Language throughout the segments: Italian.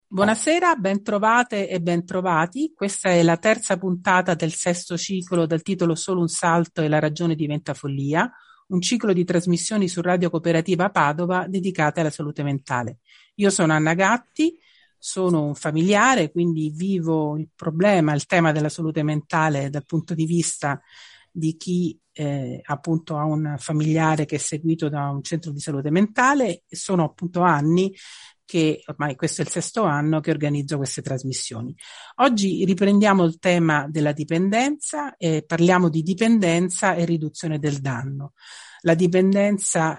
Buonasera, ben trovate e ben trovati. Questa è la terza puntata del sesto ciclo dal titolo Solo un salto e la ragione diventa follia, un ciclo di trasmissioni su Radio Cooperativa Padova dedicate alla salute mentale. Io sono Anna Gatti, sono un familiare, quindi vivo il problema, il tema della salute mentale dal punto di vista di chi appunto ha un familiare che è seguito da un centro di salute mentale. Sono appunto anni che ormai questo è il sesto anno che organizzo queste trasmissioni. Oggi riprendiamo il tema della dipendenza e parliamo di dipendenza e riduzione del danno. La dipendenza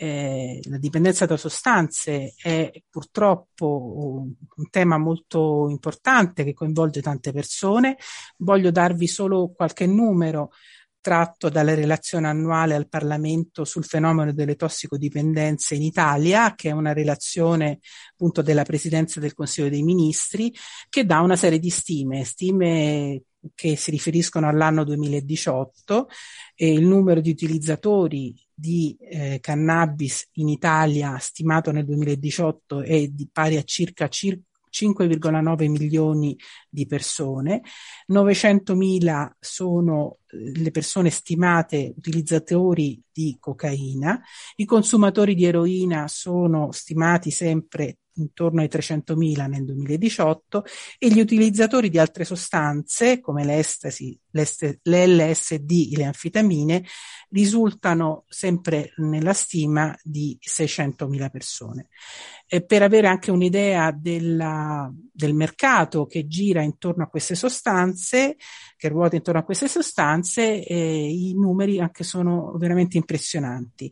da sostanze è purtroppo un tema molto importante che coinvolge tante persone. Voglio darvi solo qualche numero tratto dalla relazione annuale al Parlamento sul fenomeno delle tossicodipendenze in Italia, che è una relazione appunto della Presidenza del Consiglio dei Ministri, che dà una serie di stime che si riferiscono all'anno 2018. Il numero di utilizzatori di cannabis in Italia stimato nel 2018 è pari a circa 5,9 milioni di persone, 900.000 sono le persone stimate utilizzatori di cocaina, i consumatori di eroina sono stimati sempre intorno ai 300.000 nel 2018 e gli utilizzatori di altre sostanze come l'estasi, l'LSD e le anfetamine risultano sempre nella stima di 600.000 persone. Per avere anche un'idea del mercato che gira intorno a queste sostanze, che ruota intorno a queste sostanze, i numeri anche sono veramente impressionanti.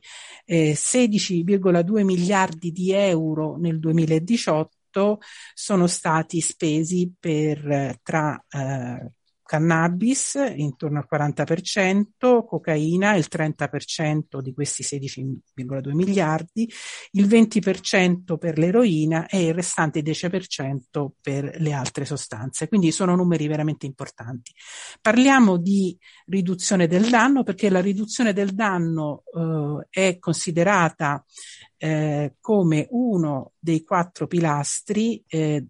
16,2 miliardi di euro nel 2018 sono stati spesi tra cannabis intorno al 40%, cocaina il 30% di questi 16,2 miliardi, il 20% per l'eroina e il restante 10% per le altre sostanze. Quindi sono numeri veramente importanti. Parliamo di riduzione del danno perché la riduzione del danno è considerata come uno dei 4 pilastri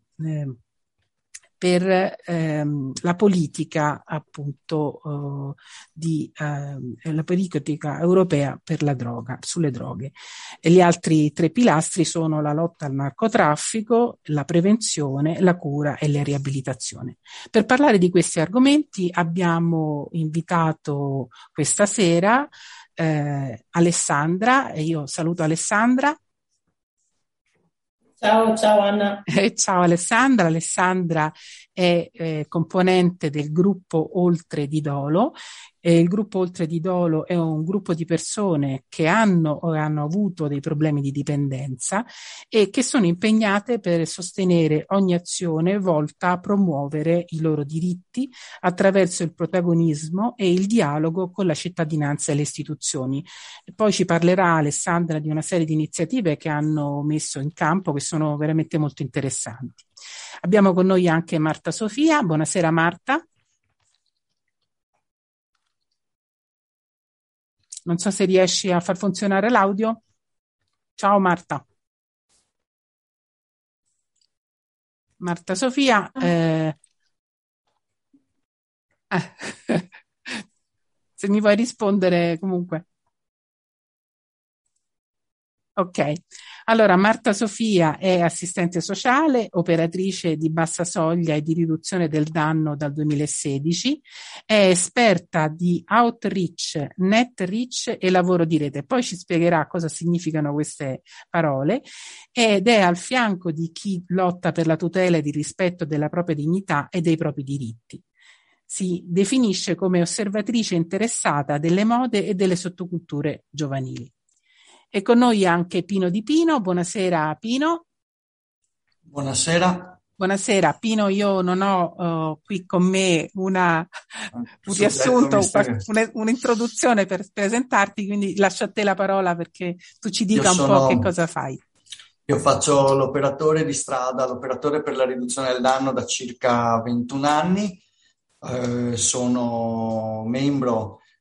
per la politica appunto la politica europea per la droga, sulle droghe. E gli altri 3 pilastri sono la lotta al narcotraffico, la prevenzione, la cura e la riabilitazione. Per parlare di questi argomenti abbiamo invitato questa sera Alessandra, e io saluto Alessandra. Ciao Anna. Ciao Alessandra. Alessandra è componente del gruppo Oltre di Dolo. Il gruppo Oltre di Dolo è un gruppo di persone che hanno o hanno avuto dei problemi di dipendenza e che sono impegnate per sostenere ogni azione volta a promuovere i loro diritti attraverso il protagonismo e il dialogo con la cittadinanza e le istituzioni. E poi ci parlerà Alessandra di una serie di iniziative che hanno messo in campo che sono veramente molto interessanti. Abbiamo con noi anche Marta Sofia. Buonasera Marta. Non so se riesci a far funzionare l'audio. Ciao Marta. Marta Sofia. Se mi vuoi rispondere comunque. Ok, allora Marta Sofia è assistente sociale, operatrice di bassa soglia e di riduzione del danno dal 2016, è esperta di outreach, netreach e lavoro di rete. Poi ci spiegherà cosa significano queste parole ed è al fianco di chi lotta per la tutela ed il rispetto della propria dignità e dei propri diritti. Si definisce come osservatrice interessata delle mode e delle sottoculture giovanili. E con noi anche Pino Di Pino. Buonasera Pino. Buonasera. Buonasera Pino, io non ho qui con me un riassunto, un'introduzione per presentarti, quindi lascio a te la parola perché tu ci dica un po' che cosa fai. Io faccio l'operatore di strada, l'operatore per la riduzione del danno da circa 21 anni, sono membro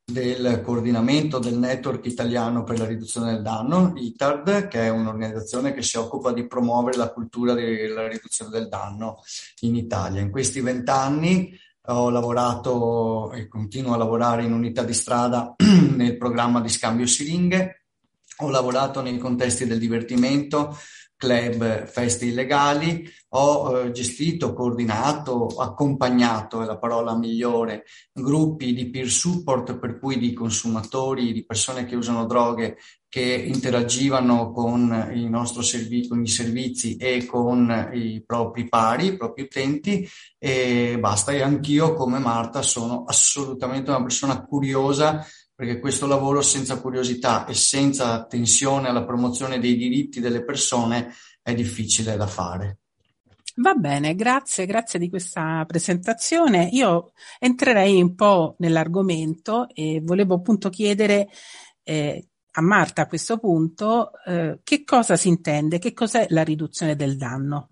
del coordinamento del Network Italiano per la riduzione del danno, ITARD, che è un'organizzazione che si occupa di promuovere la cultura della riduzione del danno in Italia. In questi 20 anni ho lavorato e continuo a lavorare in unità di strada nel programma di scambio siringhe, ho lavorato nei contesti del divertimento, club, feste illegali, ho gestito, coordinato, accompagnato, è la parola migliore, gruppi di peer support, per cui di consumatori, di persone che usano droghe, che interagivano con con i servizi e con i propri pari, i propri utenti, e basta. E anch'io, come Marta, sono assolutamente una persona curiosa, perché questo lavoro senza curiosità e senza attenzione alla promozione dei diritti delle persone è difficile da fare. Va bene, grazie di questa presentazione. Io entrerei un po' nell'argomento e volevo appunto chiedere a Marta a questo punto che cosa si intende, che cos'è la riduzione del danno?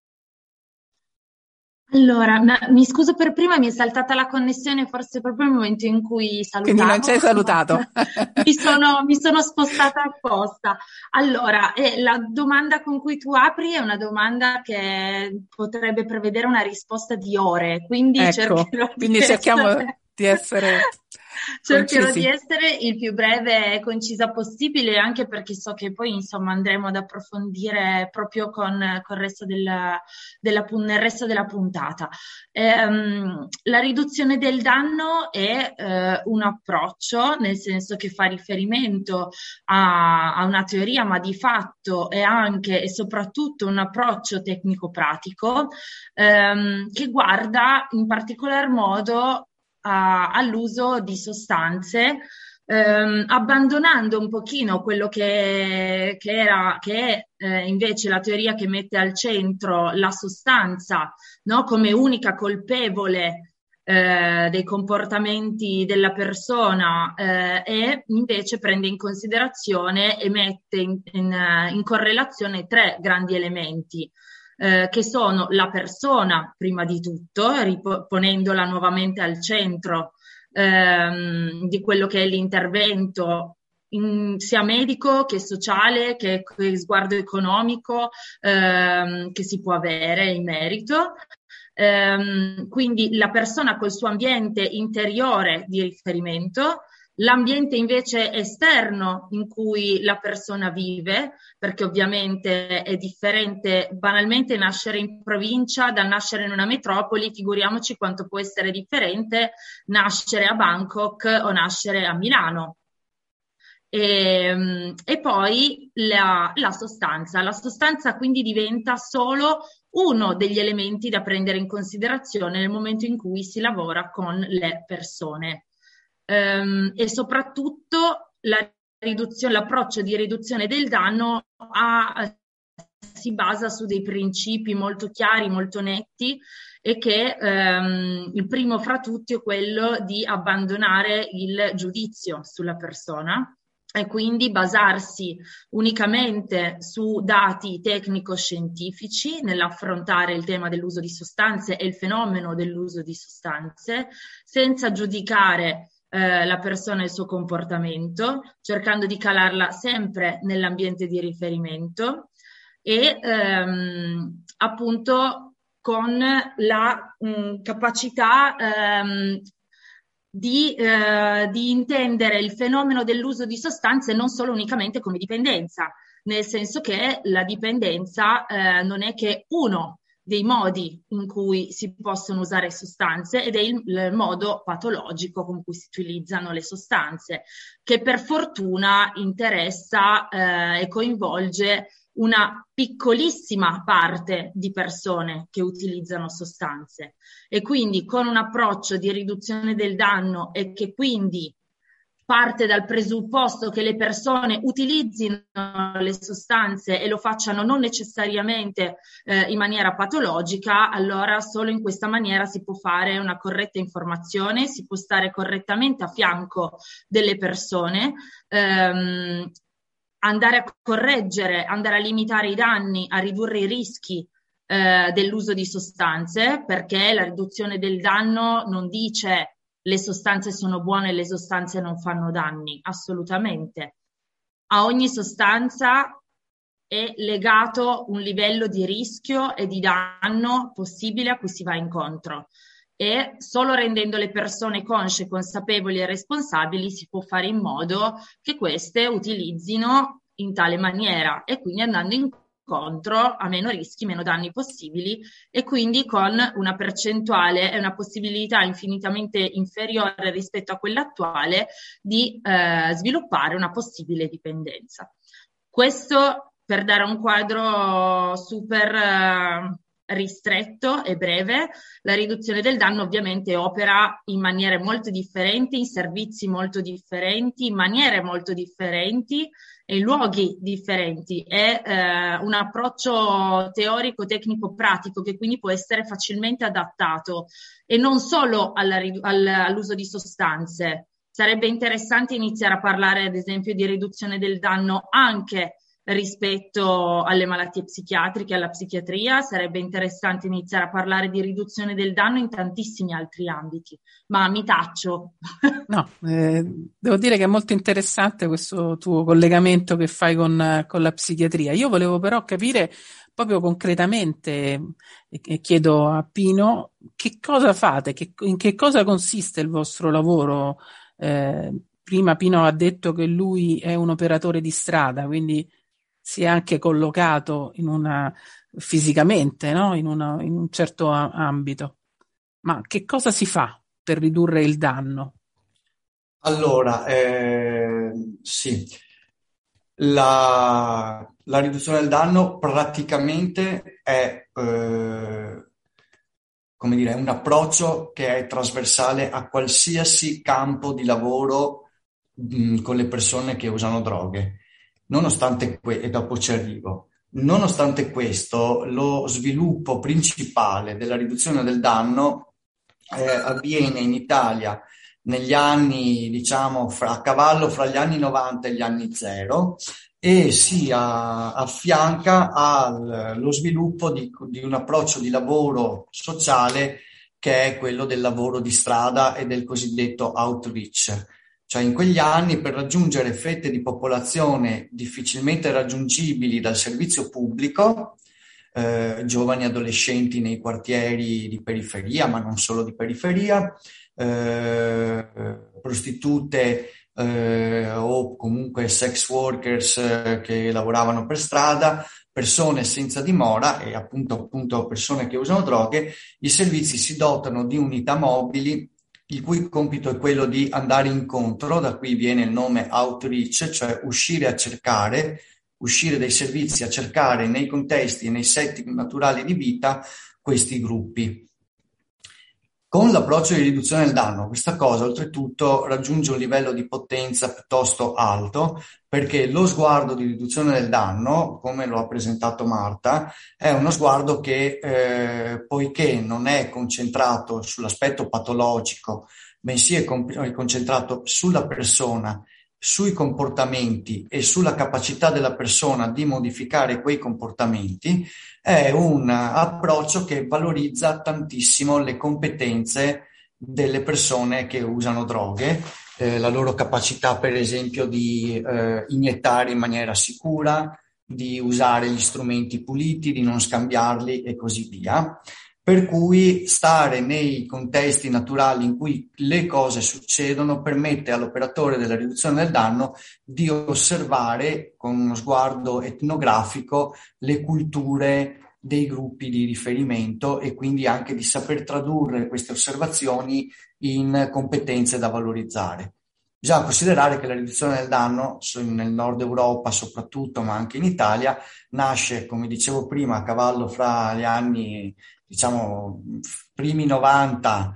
Allora, mi scuso per prima, mi è saltata la connessione forse proprio nel momento in cui Quindi non ci hai salutato. Mi sono spostata apposta. Allora, la domanda con cui tu apri è una domanda che potrebbe prevedere una risposta di ore, quindi cerchiamo di essere cercherò concisi. di essere il più breve e concisa possibile, anche perché so che poi insomma andremo ad approfondire proprio con il resto nel resto della puntata. La riduzione del danno è un approccio, nel senso che fa riferimento a una teoria, ma di fatto è anche e soprattutto un approccio tecnico-pratico che guarda in particolar modo all'uso di sostanze, abbandonando un pochino quello che è invece la teoria che mette al centro la sostanza, no? Come unica colpevole dei comportamenti della persona e invece prende in considerazione e mette in correlazione tre grandi elementi. Che sono la persona prima di tutto, riponendola nuovamente al centro di quello che è l'intervento sia medico che sociale, che sguardo economico che si può avere in merito. Quindi la persona col suo ambiente interiore di riferimento, l'ambiente invece esterno in cui la persona vive, perché ovviamente è differente banalmente nascere in provincia dal nascere in una metropoli, figuriamoci quanto può essere differente nascere a Bangkok o nascere a Milano. E poi la sostanza. La sostanza quindi diventa solo uno degli elementi da prendere in considerazione nel momento in cui si lavora con le persone. E soprattutto l'approccio di riduzione del danno si basa su dei principi molto chiari, molto netti, e che il primo fra tutti è quello di abbandonare il giudizio sulla persona e quindi basarsi unicamente su dati tecnico-scientifici nell'affrontare il tema dell'uso di sostanze e il fenomeno dell'uso di sostanze, senza giudicare la persona e il suo comportamento, cercando di calarla sempre nell'ambiente di riferimento e appunto con la capacità di intendere il fenomeno dell'uso di sostanze non solo unicamente come dipendenza, nel senso che la dipendenza non è che uno dei modi in cui si possono usare sostanze ed è il modo patologico con cui si utilizzano le sostanze, che per fortuna interessa e coinvolge una piccolissima parte di persone che utilizzano sostanze e quindi con un approccio di riduzione del danno e che quindi parte dal presupposto che le persone utilizzino le sostanze e lo facciano non necessariamente in maniera patologica, allora solo in questa maniera si può fare una corretta informazione, si può stare correttamente a fianco delle persone, andare a correggere, andare a limitare i danni, a ridurre i rischi dell'uso di sostanze, perché la riduzione del danno non dice le sostanze sono buone e le sostanze non fanno danni, assolutamente. A ogni sostanza è legato un livello di rischio e di danno possibile a cui si va incontro. E solo rendendo le persone consce, consapevoli e responsabili si può fare in modo che queste utilizzino in tale maniera e quindi andando incontro a meno rischi, meno danni possibili e quindi con una percentuale e una possibilità infinitamente inferiore rispetto a quella attuale di sviluppare una possibile dipendenza. Questo per dare un quadro super ristretto e breve. La riduzione del danno ovviamente opera in maniere molto differenti, in servizi molto differenti, in maniere molto differenti e in luoghi differenti. È un approccio teorico, tecnico, pratico che quindi può essere facilmente adattato e non solo all'uso di sostanze. Sarebbe interessante iniziare a parlare ad esempio di riduzione del danno anche rispetto alle malattie psichiatriche, alla psichiatria. Sarebbe interessante iniziare a parlare di riduzione del danno in tantissimi altri ambiti, ma mi taccio. No, devo dire che è molto interessante questo tuo collegamento che fai con la psichiatria. Io volevo però capire proprio concretamente, e chiedo a Pino, che cosa fate, in che cosa consiste il vostro lavoro? Prima Pino ha detto che lui è un operatore di strada, quindi si è anche collocato fisicamente, no? In un certo ambito. Ma che cosa si fa per ridurre il danno? Allora, sì, la riduzione del danno praticamente è, come dire, un approccio che è trasversale a qualsiasi campo di lavoro con le persone che usano droghe. Nonostante e dopo ci arrivo. Nonostante questo, lo sviluppo principale della riduzione del danno avviene in Italia negli anni, diciamo, a cavallo fra gli anni 90 e gli anni 0 e si affianca allo sviluppo di un approccio di lavoro sociale che è quello del lavoro di strada e del cosiddetto outreach. Cioè in quegli anni per raggiungere fette di popolazione difficilmente raggiungibili dal servizio pubblico, giovani adolescenti nei quartieri di periferia, ma non solo di periferia, prostitute o comunque sex workers che lavoravano per strada, persone senza dimora e appunto persone che usano droghe, i servizi si dotano di unità mobili il cui compito è quello di andare incontro, da qui viene il nome outreach, cioè uscire dai servizi a cercare nei contesti e nei setting naturali di vita questi gruppi. Con l'approccio di riduzione del danno, questa cosa oltretutto raggiunge un livello di potenza piuttosto alto, perché lo sguardo di riduzione del danno, come lo ha presentato Marta, è uno sguardo che, poiché non è concentrato sull'aspetto patologico, bensì è concentrato sulla persona, sui comportamenti e sulla capacità della persona di modificare quei comportamenti, è un approccio che valorizza tantissimo le competenze delle persone che usano droghe, la loro capacità per esempio di iniettare in maniera sicura, di usare gli strumenti puliti, di non scambiarli e così via. Per cui stare nei contesti naturali in cui le cose succedono permette all'operatore della riduzione del danno di osservare con uno sguardo etnografico le culture dei gruppi di riferimento e quindi anche di saper tradurre queste osservazioni in competenze da valorizzare. Bisogna considerare che la riduzione del danno nel nord Europa soprattutto, ma anche in Italia, nasce, come dicevo prima, a cavallo fra gli anni, diciamo, primi 90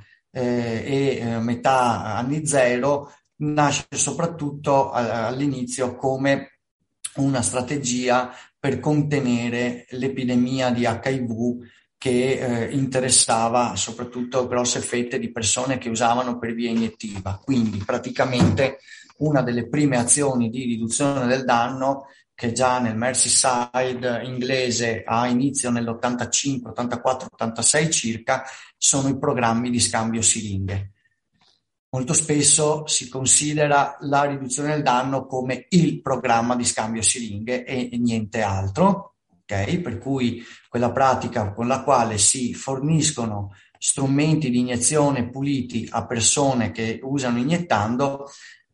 e metà anni 0, nasce soprattutto all'inizio come una strategia per contenere l'epidemia di HIV che interessava soprattutto grosse fette di persone che usavano per via iniettiva. Quindi praticamente una delle prime azioni di riduzione del danno che già nel Merseyside inglese ha inizio nell'85, 84, 86 circa, sono i programmi di scambio siringhe. molto spesso si considera la riduzione del danno come il programma di scambio siringhe e niente altro, ok? Per cui quella pratica con la quale si forniscono strumenti di iniezione puliti a persone che usano iniettando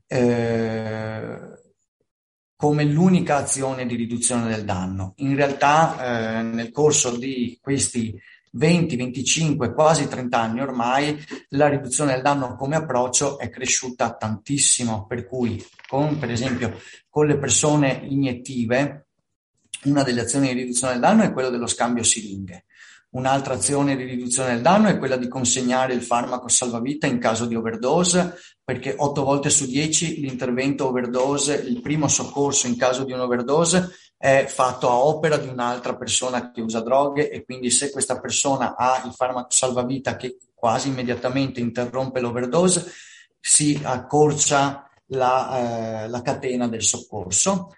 come l'unica azione di riduzione del danno. In realtà nel corso di questi 20, 25, quasi 30 anni ormai, la riduzione del danno come approccio è cresciuta tantissimo, per cui per esempio con le persone iniettive una delle azioni di riduzione del danno è quella dello scambio siringhe. Un'altra azione di riduzione del danno è quella di consegnare il farmaco salvavita in caso di overdose, perché 8 volte su 10 l'intervento overdose, il primo soccorso in caso di un'overdose, è fatto a opera di un'altra persona che usa droghe, e quindi se questa persona ha il farmaco salvavita che quasi immediatamente interrompe l'overdose, si accorcia la catena del soccorso.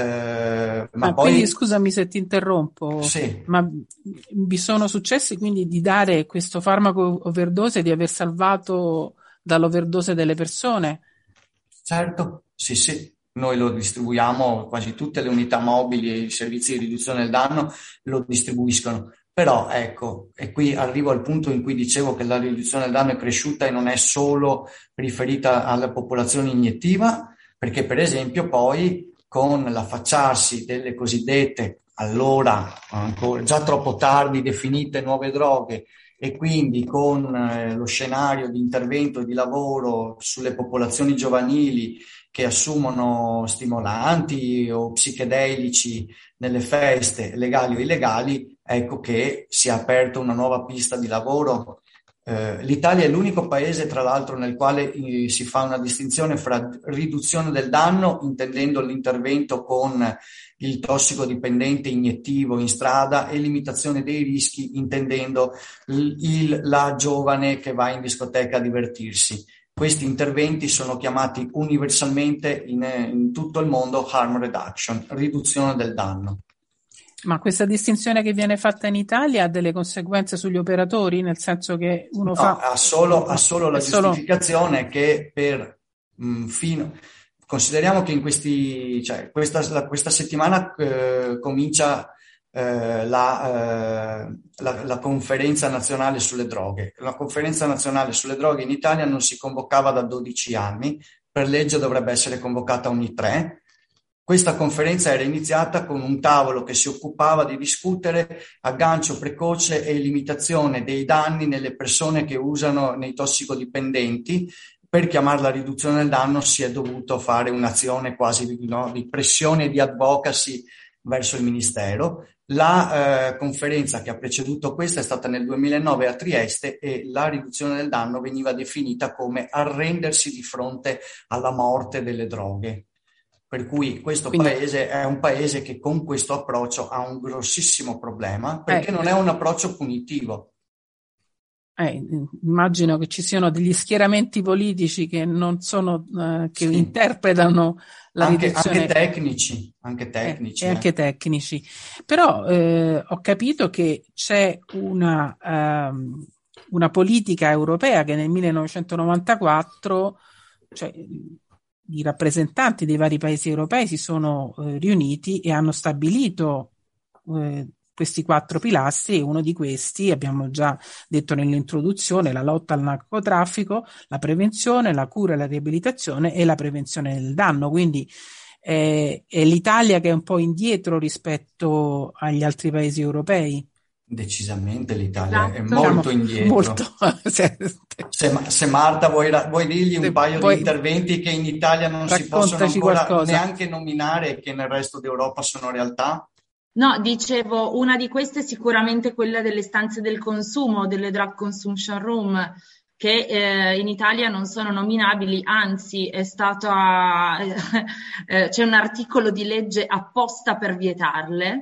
Ma poi, quindi scusami se ti interrompo, sì. Ma vi sono successi quindi di dare questo farmaco overdose e di aver salvato dall'overdose delle persone? Certo, sì. Noi lo distribuiamo, quasi tutte le unità mobili e i servizi di riduzione del danno lo distribuiscono. Però ecco, e qui arrivo al punto in cui dicevo che la riduzione del danno è cresciuta e non è solo riferita alla popolazione iniettiva, perché per esempio poi con l'affacciarsi delle cosiddette, allora ancora già troppo tardi definite nuove droghe, e quindi con lo scenario di intervento e di lavoro sulle popolazioni giovanili che assumono stimolanti o psichedelici nelle feste, legali o illegali, ecco che si è aperta una nuova pista di lavoro. L'Italia è l'unico paese, tra l'altro, nel quale si fa una distinzione fra riduzione del danno, intendendo l'intervento con il tossicodipendente iniettivo in strada, e limitazione dei rischi, intendendo la giovane che va in discoteca a divertirsi. Questi interventi sono chiamati universalmente in tutto il mondo harm reduction, riduzione del danno. Ma questa distinzione che viene fatta in Italia ha delle conseguenze sugli operatori, nel senso che uno ha solo la giustificazione che consideriamo che in questa settimana comincia la conferenza nazionale sulle droghe. La conferenza nazionale sulle droghe in Italia non si convocava da 12 anni, per legge dovrebbe essere convocata ogni 3. Questa conferenza era iniziata con un tavolo che si occupava di discutere aggancio precoce e limitazione dei danni nelle persone che usano, nei tossicodipendenti. Per chiamarla riduzione del danno si è dovuto fare un'azione quasi di pressione e di advocacy verso il Ministero. La conferenza che ha preceduto questa è stata nel 2009 a Trieste, e la riduzione del danno veniva definita come arrendersi di fronte alla morte delle droghe. Per cui paese è un paese che con questo approccio ha un grossissimo problema, perché non è un approccio punitivo. Immagino che ci siano degli schieramenti politici che non sono, che interpretano la riduzione. Anche tecnici. Anche tecnici. Però ho capito che c'è una politica europea che nel 1994, cioè i rappresentanti dei vari paesi europei si sono riuniti e hanno stabilito questi 4 pilastri, e uno di questi, abbiamo già detto nell'introduzione, la lotta al narcotraffico, la prevenzione, la cura, la riabilitazione e la prevenzione del danno. Quindi è l'Italia che è un po' indietro rispetto agli altri paesi europei. Decisamente l'Italia è molto indietro. Se Marta vuoi dirgli un paio di interventi che in Italia non si possono ancora neanche nominare e che nel resto d'Europa sono realtà? No, dicevo, una di queste è sicuramente quella delle stanze del consumo, delle drug consumption room, che in Italia non sono nominabili, anzi c'è un articolo di legge apposta per vietarle,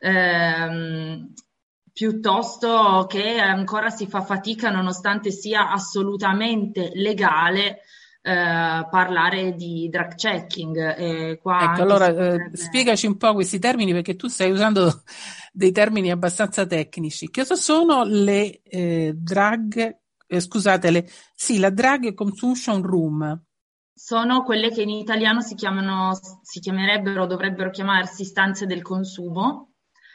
piuttosto che ancora si fa fatica, nonostante sia assolutamente legale, parlare di drug checking. Ecco, allora spiegaci un po' questi termini, perché tu stai usando dei termini abbastanza tecnici. Cosa sono le drug sì, la Drug Consumption Room. Sono quelle che in italiano si chiamerebbero, dovrebbero chiamarsi stanze del consumo,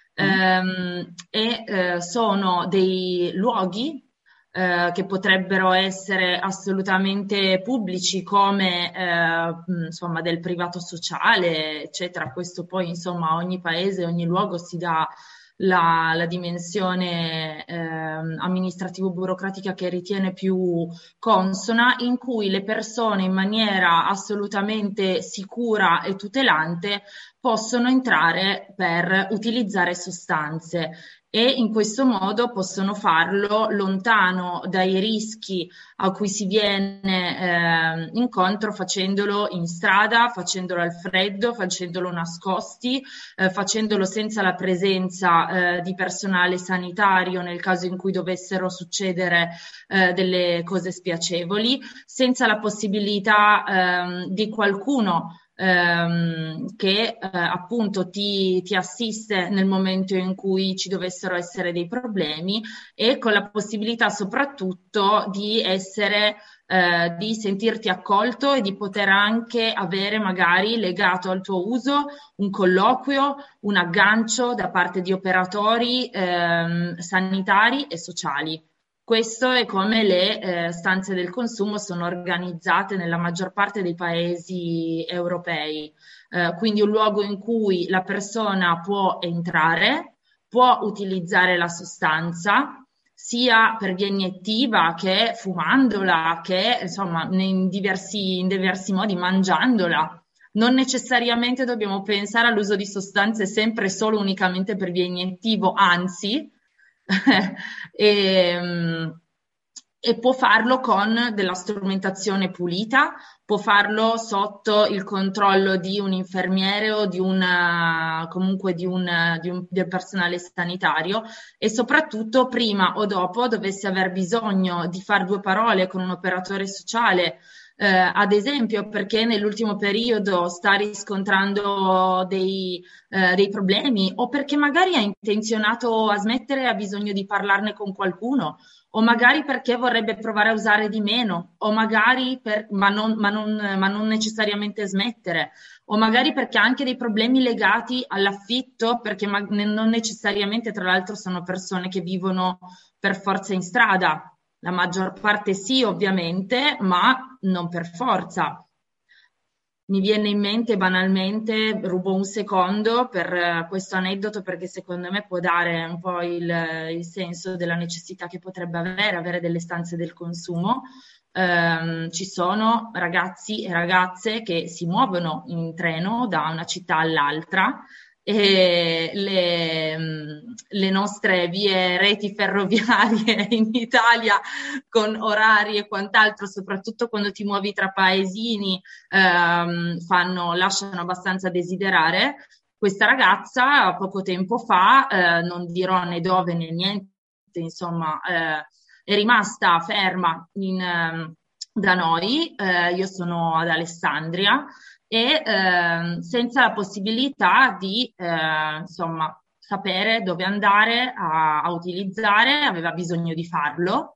sono dei luoghi che potrebbero essere assolutamente pubblici come insomma del privato sociale, eccetera. Questo poi insomma ogni paese, ogni luogo si dà la dimensione amministrativo-burocratica che ritiene più consona, in cui le persone in maniera assolutamente sicura e tutelante possono entrare per utilizzare sostanze e in questo modo possono farlo lontano dai rischi a cui si viene incontro facendolo in strada, facendolo al freddo, facendolo nascosti, facendolo senza la presenza di personale sanitario nel caso in cui dovessero succedere delle cose spiacevoli, senza la possibilità di qualcuno che appunto ti assiste nel momento in cui ci dovessero essere dei problemi e con la possibilità soprattutto di essere di sentirti accolto e di poter anche avere magari legato al tuo uso un colloquio, un aggancio da parte di operatori sanitari e sociali. Questo è come le stanze del consumo sono organizzate nella maggior parte dei paesi europei. Quindi un luogo in cui la persona può entrare, può utilizzare la sostanza, sia per via iniettiva che fumandola, che insomma in diversi modi mangiandola. Non necessariamente dobbiamo pensare all'uso di sostanze sempre solo unicamente per via iniettivo, anzi, e può farlo con della strumentazione pulita, può farlo sotto il controllo di un infermiere o del personale sanitario e soprattutto prima o dopo dovesse aver bisogno di fare due parole con un operatore sociale, ad esempio perché nell'ultimo periodo sta riscontrando dei problemi o perché magari è intenzionato a smettere e ha bisogno di parlarne con qualcuno o magari perché vorrebbe provare a usare di meno o magari ma non necessariamente smettere o magari perché ha anche dei problemi legati all'affitto perché non necessariamente tra l'altro sono persone che vivono per forza in strada. La maggior parte sì, ovviamente, ma non per forza. Mi viene in mente banalmente, rubo un secondo per questo aneddoto perché secondo me può dare un po' il senso della necessità che potrebbe avere delle stanze del consumo. Ci sono ragazzi e ragazze che si muovono in treno da una città all'altra e le nostre reti ferroviarie in Italia con orari e quant'altro, soprattutto quando ti muovi tra paesini, lasciano abbastanza desiderare. Questa ragazza poco tempo fa, non dirò né dove né niente, insomma, è rimasta ferma da noi, io sono ad Alessandria, e senza la possibilità di insomma sapere dove andare a utilizzare, aveva bisogno di farlo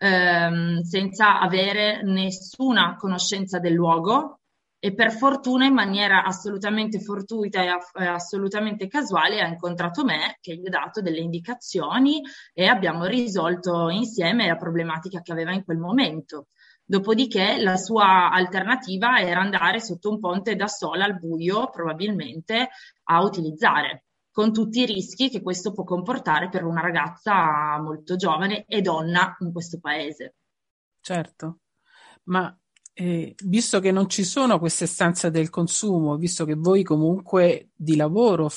senza avere nessuna conoscenza del luogo e per fortuna in maniera assolutamente fortuita e assolutamente casuale ha incontrato me che gli ho dato delle indicazioni e abbiamo risolto insieme la problematica che aveva in quel momento. Dopodiché la sua alternativa era andare sotto un ponte da sola al buio, probabilmente, a utilizzare, con tutti i rischi che questo può comportare per una ragazza molto giovane e donna in questo paese. Certo, ma visto che non ci sono queste stanze del consumo, visto che voi comunque di lavoro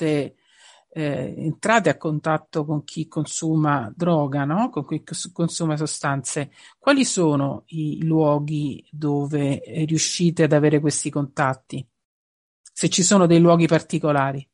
entrate a contatto con chi consuma droga, no? Con chi consuma sostanze, quali sono i luoghi dove riuscite ad avere questi contatti? Se ci sono dei luoghi particolari.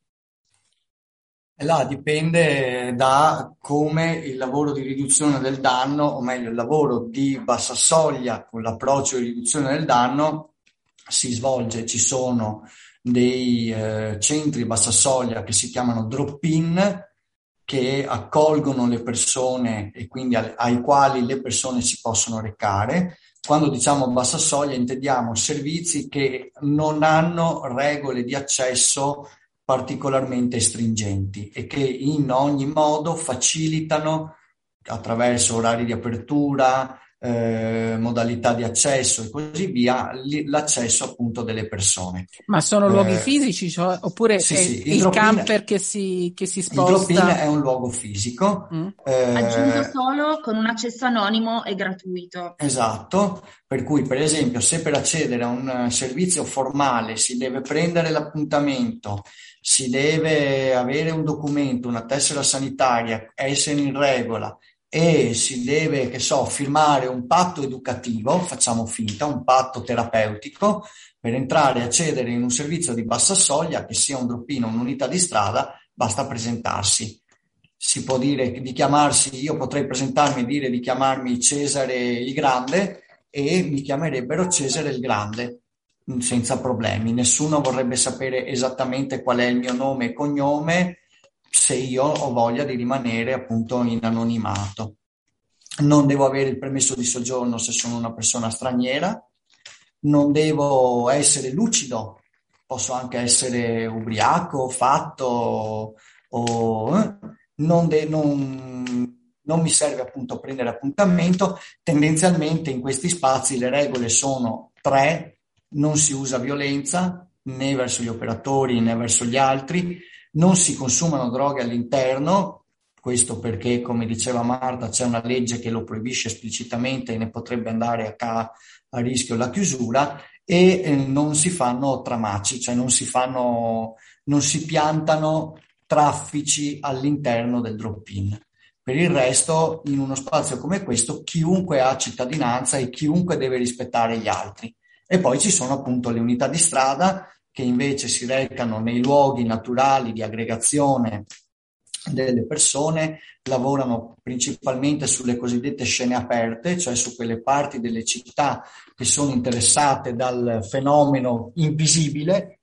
Là dipende da come il lavoro di riduzione del danno, o meglio il lavoro di bassa soglia con l'approccio di riduzione del danno si svolge. Ci sono dei centri bassa soglia che si chiamano drop-in, che accolgono le persone e quindi ai quali le persone si possono recare. Quando diciamo bassa soglia intendiamo servizi che non hanno regole di accesso particolarmente stringenti e che in ogni modo facilitano attraverso orari di apertura, modalità di accesso e così via, l'accesso appunto delle persone. Ma sono luoghi fisici, cioè, oppure sì, è sì, il camper che si il drop-in sposta? è un luogo fisico. Aggiungo solo con un accesso anonimo e gratuito. Esatto, per cui per esempio se per accedere a un servizio formale si deve prendere l'appuntamento, si deve avere un documento, una tessera sanitaria, essere in regola e si deve, che so, firmare un patto educativo, facciamo finta, un patto terapeutico, per entrare e accedere in un servizio di bassa soglia, che sia un drop-in o un'unità di strada, basta presentarsi. Si può dire di chiamarsi, io potrei presentarmi e dire di chiamarmi Cesare il Grande e mi chiamerebbero Cesare il Grande senza problemi. Nessuno vorrebbe sapere esattamente qual è il mio nome e cognome se io ho voglia di rimanere appunto in anonimato. Non devo avere il permesso di soggiorno se sono una persona straniera, non devo essere lucido, posso anche essere ubriaco, fatto o non mi serve appunto prendere appuntamento. Tendenzialmente in questi spazi le regole sono 3: non si usa violenza né verso gli operatori né verso gli altri, non si consumano droghe all'interno, questo perché, come diceva Marta, c'è una legge che lo proibisce esplicitamente e ne potrebbe andare a rischio la chiusura, e non si fanno tramaci, cioè non si piantano traffici all'interno del drop-in. Per il resto, in uno spazio come questo, chiunque ha cittadinanza e chiunque deve rispettare gli altri. E poi ci sono appunto le unità di strada che invece si recano nei luoghi naturali di aggregazione delle persone, lavorano principalmente sulle cosiddette scene aperte, cioè su quelle parti delle città che sono interessate dal fenomeno invisibile,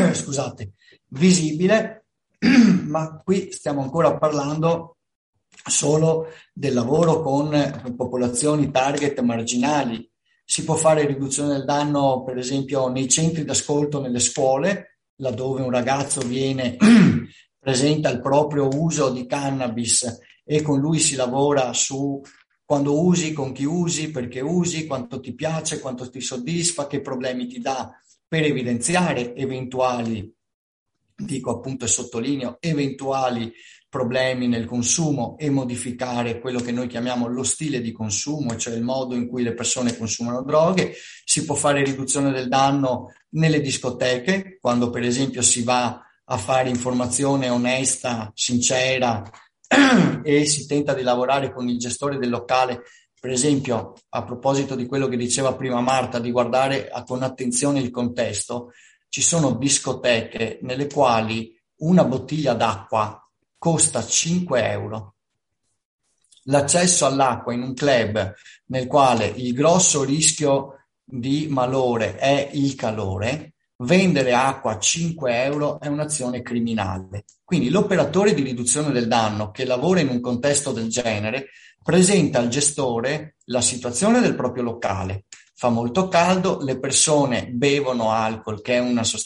visibile, ma qui stiamo ancora parlando solo del lavoro con popolazioni target marginali. Si può fare riduzione del danno, per esempio, nei centri d'ascolto nelle scuole, laddove un ragazzo presenta il proprio uso di cannabis e con lui si lavora su quando usi, con chi usi, perché usi, quanto ti piace, quanto ti soddisfa, che problemi ti dà, per evidenziare eventuali, dico appunto e sottolineo, eventuali problemi nel consumo e modificare quello che noi chiamiamo lo stile di consumo, cioè il modo in cui le persone consumano droghe. Si può fare riduzione del danno nelle discoteche, quando per esempio si va a fare informazione onesta, sincera e si tenta di lavorare con il gestore del locale. Per esempio, a proposito di quello che diceva prima Marta, di guardare con attenzione il contesto, ci sono discoteche nelle quali una bottiglia d'acqua costa 5 euro. L'accesso all'acqua in un club nel quale il grosso rischio di malore è il calore, vendere acqua a 5 euro è un'azione criminale. Quindi l'operatore di riduzione del danno che lavora in un contesto del genere presenta al gestore la situazione del proprio locale. Fa molto caldo, le persone bevono alcol, che è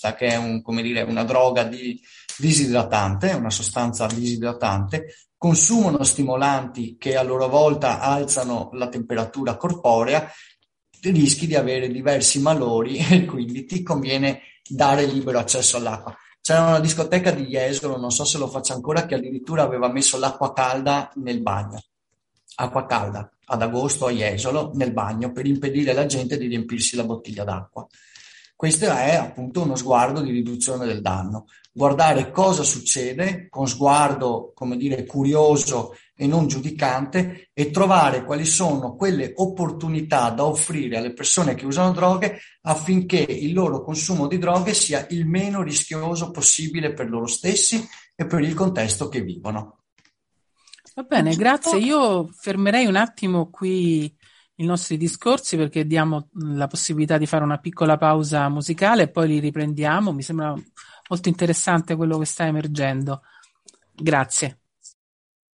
una droga disidratante, una sostanza disidratante, consumano stimolanti che a loro volta alzano la temperatura corporea, rischi di avere diversi malori e quindi ti conviene dare libero accesso all'acqua. C'era una discoteca di Jesolo, non so se lo faccia ancora, che addirittura aveva messo l'acqua calda nel bagno. Acqua calda ad agosto a Jesolo nel bagno per impedire alla gente di riempirsi la bottiglia d'acqua. Questo è appunto uno sguardo di riduzione del danno. Guardare cosa succede con sguardo, curioso e non giudicante, e trovare quali sono quelle opportunità da offrire alle persone che usano droghe affinché il loro consumo di droghe sia il meno rischioso possibile per loro stessi e per il contesto che vivono. Va bene, grazie. Io fermerei un attimo qui i nostri discorsi perché diamo la possibilità di fare una piccola pausa musicale e poi li riprendiamo. Mi sembra molto interessante quello che sta emergendo. Grazie.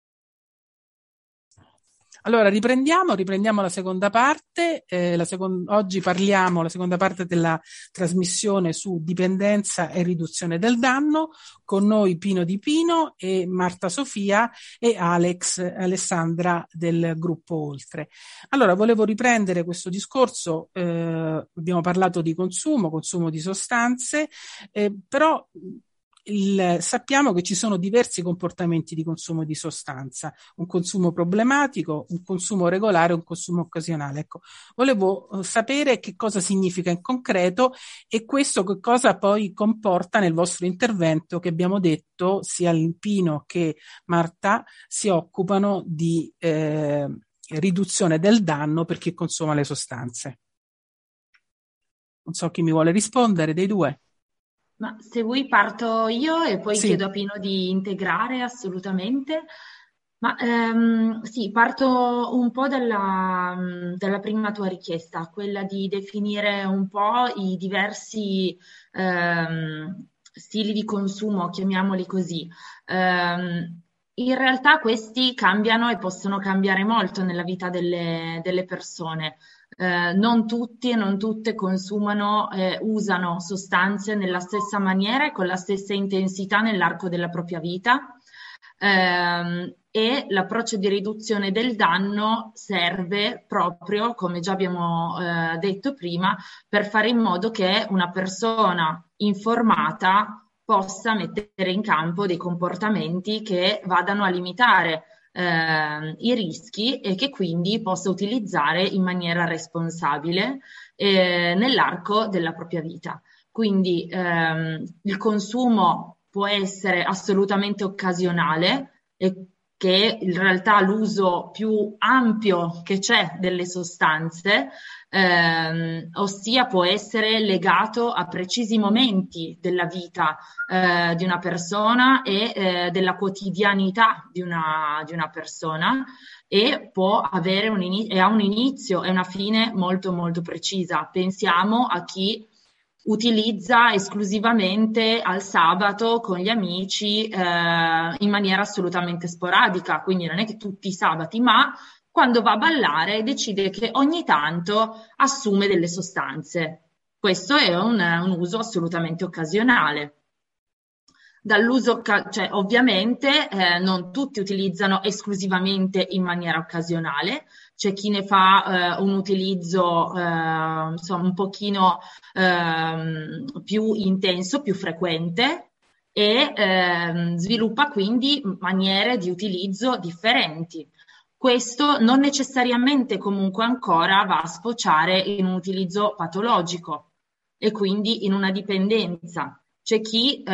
Allora, riprendiamo la seconda parte. Oggi parliamo la seconda parte della trasmissione su dipendenza e riduzione del danno. Con noi Pino Di Pino e Marta Sofia e Alessandra del gruppo Oltre. Allora, volevo riprendere questo discorso. Abbiamo parlato di consumo di sostanze, però sappiamo che ci sono diversi comportamenti di consumo di sostanza, un consumo problematico, un consumo regolare, un consumo occasionale. Ecco, volevo sapere che cosa significa in concreto e questo che cosa poi comporta nel vostro intervento, che abbiamo detto sia il Pino che Marta si occupano di riduzione del danno per chi consuma le sostanze. Non so chi mi vuole rispondere dei due. Ma se vuoi parto io e poi Sì. chiedo a Pino di integrare assolutamente. Ma sì, parto un po' dalla prima tua richiesta, quella di definire un po' i diversi stili di consumo, chiamiamoli così. In realtà questi cambiano e possono cambiare molto nella vita delle persone. Non tutti e non tutte consumano, usano sostanze nella stessa maniera e con la stessa intensità nell'arco della propria vita. E l'approccio di riduzione del danno serve proprio, come già abbiamo detto prima, per fare in modo che una persona informata possa mettere in campo dei comportamenti che vadano a limitare i rischi e che quindi possa utilizzare in maniera responsabile nell'arco della propria vita. Quindi il consumo può essere assolutamente occasionale e che in realtà l'uso più ampio che c'è delle sostanze, ossia può essere legato a precisi momenti della vita di una persona e della quotidianità di una persona e può avere ha un inizio e una fine molto molto precisa. Pensiamo a chi utilizza esclusivamente al sabato con gli amici in maniera assolutamente sporadica, quindi non è che tutti i sabati, ma quando va a ballare decide che ogni tanto assume delle sostanze. Questo è un uso assolutamente occasionale. Dall'uso, cioè ovviamente non tutti utilizzano esclusivamente in maniera occasionale, c'è chi ne fa un utilizzo insomma un pochino più intenso, più frequente e sviluppa quindi maniere di utilizzo differenti. Questo non necessariamente comunque ancora va a sfociare in un utilizzo patologico e quindi in una dipendenza. C'è chi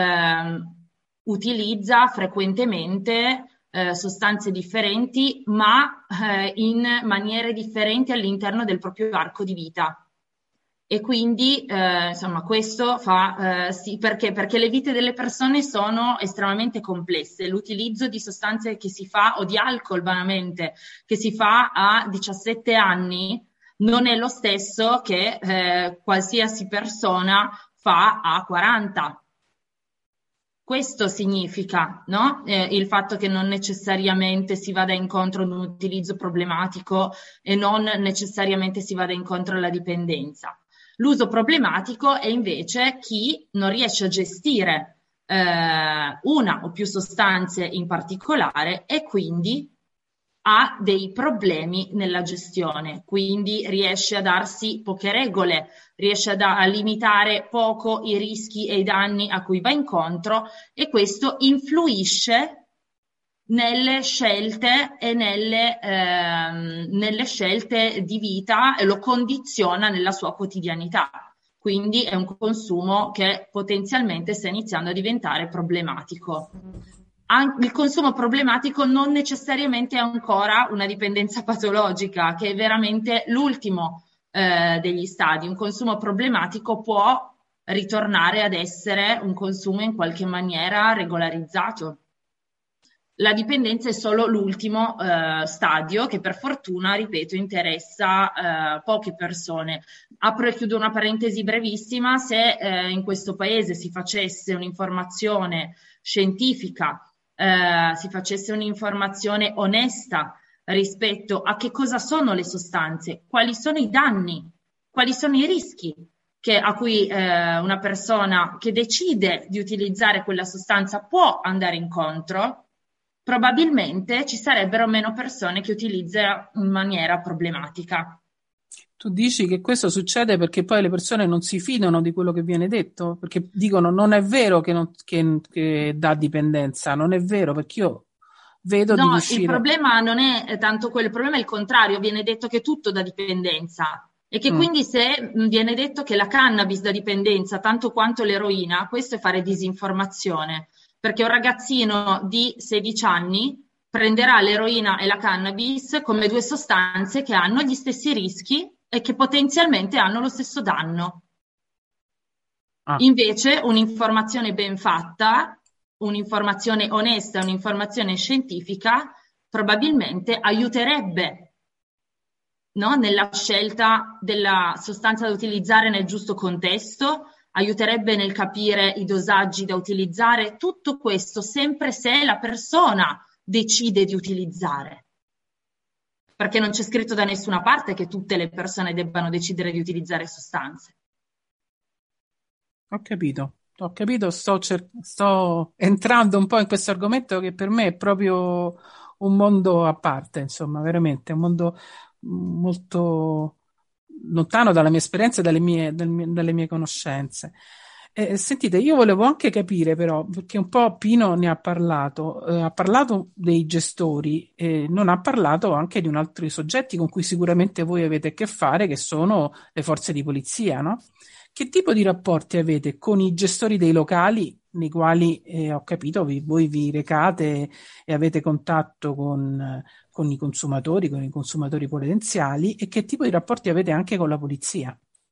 utilizza frequentemente sostanze differenti, ma in maniere differenti all'interno del proprio arco di vita. E quindi, insomma, questo fa sì, perché le vite delle persone sono estremamente complesse. L'utilizzo di sostanze che si fa, o di alcol banalmente, che si fa a 17 anni, non è lo stesso che qualsiasi persona fa a 40. Questo significa, no? Il fatto che non necessariamente si vada incontro ad un utilizzo problematico e non necessariamente si vada incontro alla dipendenza. L'uso problematico è invece chi non riesce a gestire una o più sostanze in particolare e quindi ha dei problemi nella gestione, quindi riesce a darsi poche regole, riesce a limitare poco i rischi e i danni a cui va incontro e questo influisce nelle scelte e nelle scelte di vita e lo condiziona nella sua quotidianità. Quindi è un consumo che potenzialmente sta iniziando a diventare problematico. Il consumo problematico non necessariamente è ancora una dipendenza patologica, che è veramente l'ultimo degli stadi. Un consumo problematico può ritornare ad essere un consumo in qualche maniera regolarizzato. La dipendenza è solo l'ultimo stadio che per fortuna, ripeto, interessa poche persone. Apro e chiudo una parentesi brevissima: se in questo paese si facesse un'informazione scientifica, si facesse un'informazione onesta rispetto a che cosa sono le sostanze, quali sono i danni, quali sono i rischi a cui una persona che decide di utilizzare quella sostanza può andare incontro, probabilmente ci sarebbero meno persone che utilizzano in maniera problematica. Tu dici che questo succede perché poi le persone non si fidano di quello che viene detto, perché dicono non è vero che dà dipendenza, non è vero, perché io vedo di No, riuscire... il problema non è tanto quello, il problema è il contrario, viene detto che tutto dà dipendenza e che quindi se viene detto che la cannabis dà dipendenza tanto quanto l'eroina, questo è fare disinformazione, perché un ragazzino di 16 anni prenderà l'eroina e la cannabis come due sostanze che hanno gli stessi rischi e che potenzialmente hanno lo stesso danno. Invece un'informazione ben fatta, un'informazione onesta, un'informazione scientifica probabilmente aiuterebbe, no? Nella scelta della sostanza da utilizzare nel giusto contesto, aiuterebbe nel capire i dosaggi da utilizzare, tutto questo sempre se la persona decide di utilizzare. Perché non c'è scritto da nessuna parte che tutte le persone debbano decidere di utilizzare sostanze. Ho capito, sto entrando un po' in questo argomento che per me è proprio un mondo a parte, insomma, veramente, un mondo molto lontano dalla mia esperienza e dalle mie conoscenze. Sentite, io volevo anche capire però, perché un po' Pino ne ha parlato dei gestori, non ha parlato anche di un altro soggetti con cui sicuramente voi avete a che fare, che sono le forze di polizia, no? Che tipo di rapporti avete con i gestori dei locali nei quali, ho capito, voi vi recate e avete contatto con i consumatori potenziali, e che tipo di rapporti avete anche con la polizia?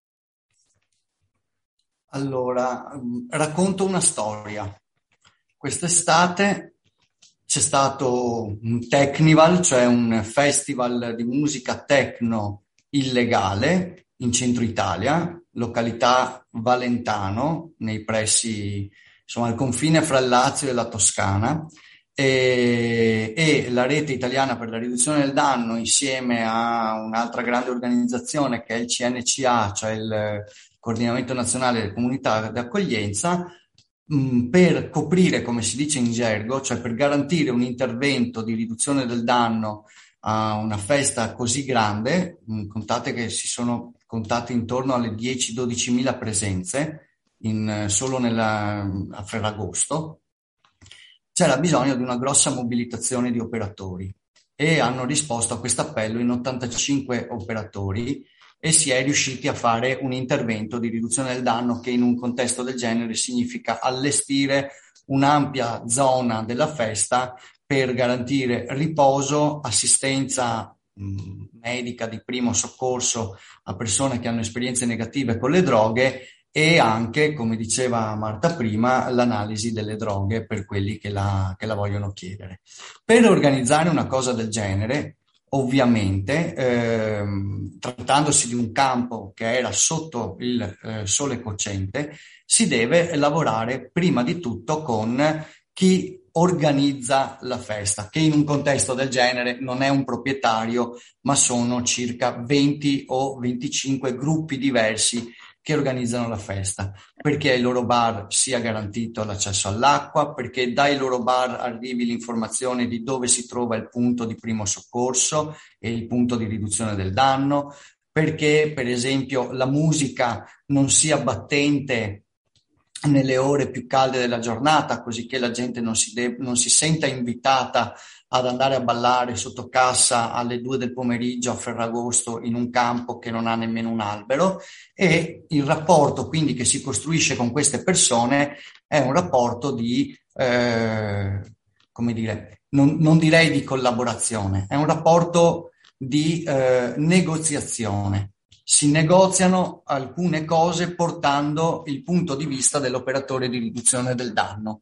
Allora, racconto una storia. Quest'estate c'è stato un Technival, cioè un festival di musica techno illegale in centro Italia, località Valentano, nei pressi, insomma, al confine fra il Lazio e la Toscana, e la Rete Italiana per la Riduzione del Danno, insieme a un'altra grande organizzazione che è il CNCA, cioè il Coordinamento Nazionale delle Comunità d'accoglienza, per coprire, come si dice in gergo, cioè per garantire un intervento di riduzione del danno a una festa così grande. Contate che si sono contate intorno alle 10-12 mila presenze solo a Ferragosto. C'era bisogno di una grossa mobilitazione di operatori e hanno risposto a questo appello in 85 operatori e si è riusciti a fare un intervento di riduzione del danno che in un contesto del genere significa allestire un'ampia zona della festa per garantire riposo, assistenza medica di primo soccorso a persone che hanno esperienze negative con le droghe e anche, come diceva Marta prima, l'analisi delle droghe per quelli che la vogliono chiedere. Per organizzare una cosa del genere, ovviamente, trattandosi di un campo che era sotto il sole cocente, si deve lavorare prima di tutto con chi organizza la festa, che in un contesto del genere non è un proprietario, ma sono circa 20 o 25 gruppi diversi che organizzano la festa, perché ai loro bar sia garantito l'accesso all'acqua, perché dai loro bar arrivi l'informazione di dove si trova il punto di primo soccorso e il punto di riduzione del danno, perché per esempio la musica non sia battente nelle ore più calde della giornata, così che la gente non si senta invitata ad andare a ballare sotto cassa alle 2 del pomeriggio a Ferragosto in un campo che non ha nemmeno un albero. E il rapporto quindi che si costruisce con queste persone è un rapporto di, come dire, non direi di collaborazione, è un rapporto di negoziazione. Si negoziano alcune cose portando il punto di vista dell'operatore di riduzione del danno.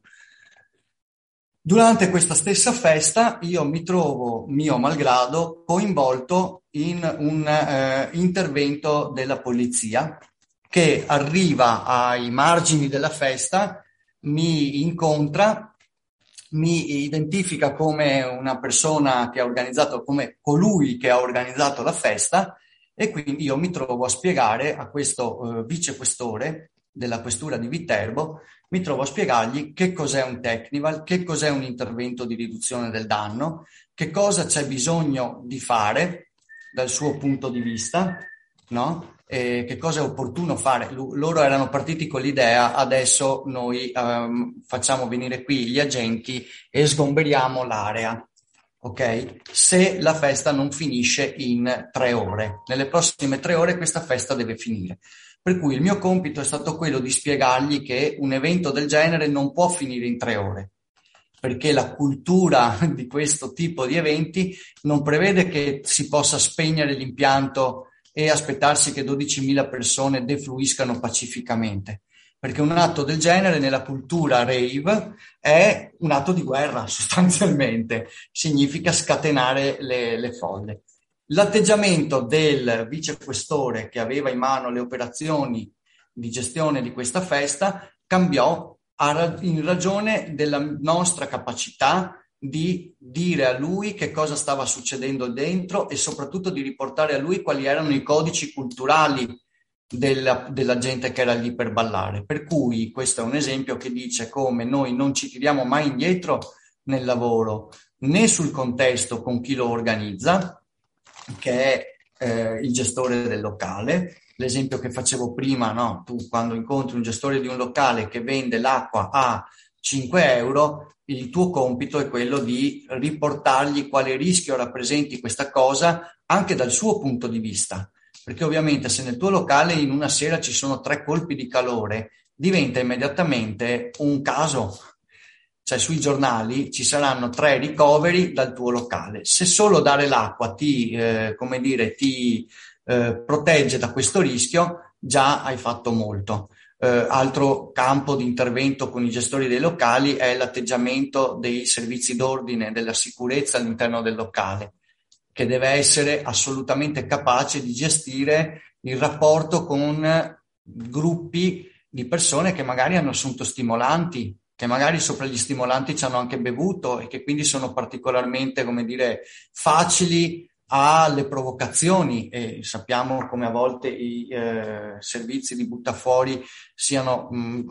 Durante questa stessa festa io mi trovo, mio malgrado, coinvolto in un intervento della polizia che arriva ai margini della festa, mi incontra, mi identifica come una persona che ha organizzato, come colui che ha organizzato la festa, e quindi io mi trovo a spiegare a questo vicequestore della questura di Viterbo, mi trovo a spiegargli che cos'è un Technival, che cos'è un intervento di riduzione del danno, che cosa c'è bisogno di fare dal suo punto di vista, no? E che cosa è opportuno fare. Loro erano partiti con l'idea: adesso noi facciamo venire qui gli agenti e sgomberiamo l'area, ok? Se la festa non finisce in 3 ore, nelle prossime 3 ore questa festa deve finire. Per cui il mio compito è stato quello di spiegargli che un evento del genere non può finire in 3 ore, perché la cultura di questo tipo di eventi non prevede che si possa spegnere l'impianto e aspettarsi che 12.000 persone defluiscano pacificamente, perché un atto del genere nella cultura rave è un atto di guerra, sostanzialmente, significa scatenare le folle. L'atteggiamento del vicequestore che aveva in mano le operazioni di gestione di questa festa cambiò in ragione della nostra capacità di dire a lui che cosa stava succedendo dentro e soprattutto di riportare a lui quali erano i codici culturali della gente che era lì per ballare. Per cui questo è un esempio che dice come noi non ci tiriamo mai indietro nel lavoro, né sul contesto con chi lo organizza, che è il gestore del locale. L'esempio che facevo prima, no? Tu quando incontri un gestore di un locale che vende l'acqua a 5 euro, il tuo compito è quello di riportargli quale rischio rappresenti questa cosa anche dal suo punto di vista, perché ovviamente se nel tuo locale in una sera ci sono 3 colpi di calore diventa immediatamente un caso, cioè sui giornali ci saranno 3 ricoveri dal tuo locale. Se solo dare l'acqua ti protegge da questo rischio, già hai fatto molto. Altro campo di intervento con i gestori dei locali è l'atteggiamento dei servizi d'ordine, della sicurezza all'interno del locale, che deve essere assolutamente capace di gestire il rapporto con gruppi di persone che magari hanno assunto stimolanti, che magari sopra gli stimolanti ci hanno anche bevuto e che quindi sono particolarmente, facili alle provocazioni, e sappiamo come a volte i servizi di buttafuori siano,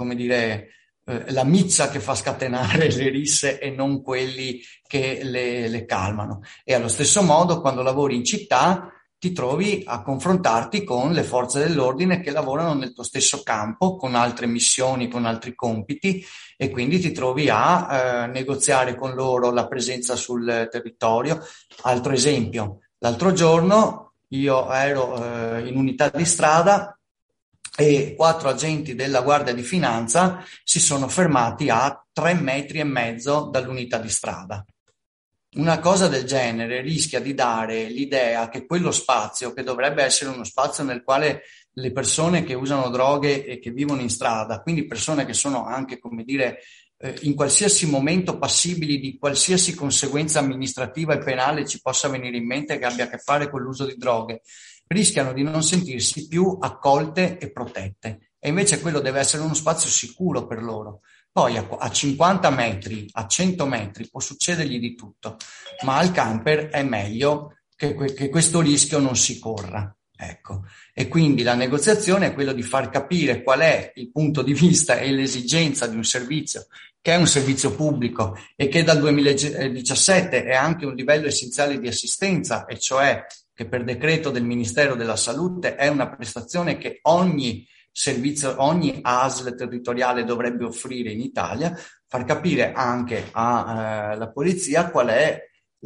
la miccia che fa scatenare le risse e non quelli che le calmano. E allo stesso modo, quando lavori in città, ti trovi a confrontarti con le forze dell'ordine che lavorano nel tuo stesso campo, con altre missioni, con altri compiti, e quindi ti trovi a negoziare con loro la presenza sul territorio. Altro esempio, l'altro giorno io ero in unità di strada e 4 agenti della Guardia di Finanza si sono fermati a 3,5 metri dall'unità di strada. Una cosa del genere rischia di dare l'idea che quello spazio, che dovrebbe essere uno spazio nel quale le persone che usano droghe e che vivono in strada, quindi persone che sono anche, in qualsiasi momento passibili di qualsiasi conseguenza amministrativa e penale ci possa venire in mente che abbia a che fare con l'uso di droghe, rischiano di non sentirsi più accolte e protette. E invece quello deve essere uno spazio sicuro per loro. Poi a 50 metri, a 100 metri può succedergli di tutto, ma al camper è meglio che questo rischio non si corra. Ecco. E quindi la negoziazione è quello di far capire qual è il punto di vista e l'esigenza di un servizio che è un servizio pubblico e che dal 2017 è anche un livello essenziale di assistenza, e cioè che per decreto del Ministero della Salute è una prestazione che ogni servizio, ogni ASL territoriale dovrebbe offrire in Italia, far capire anche alla polizia qual è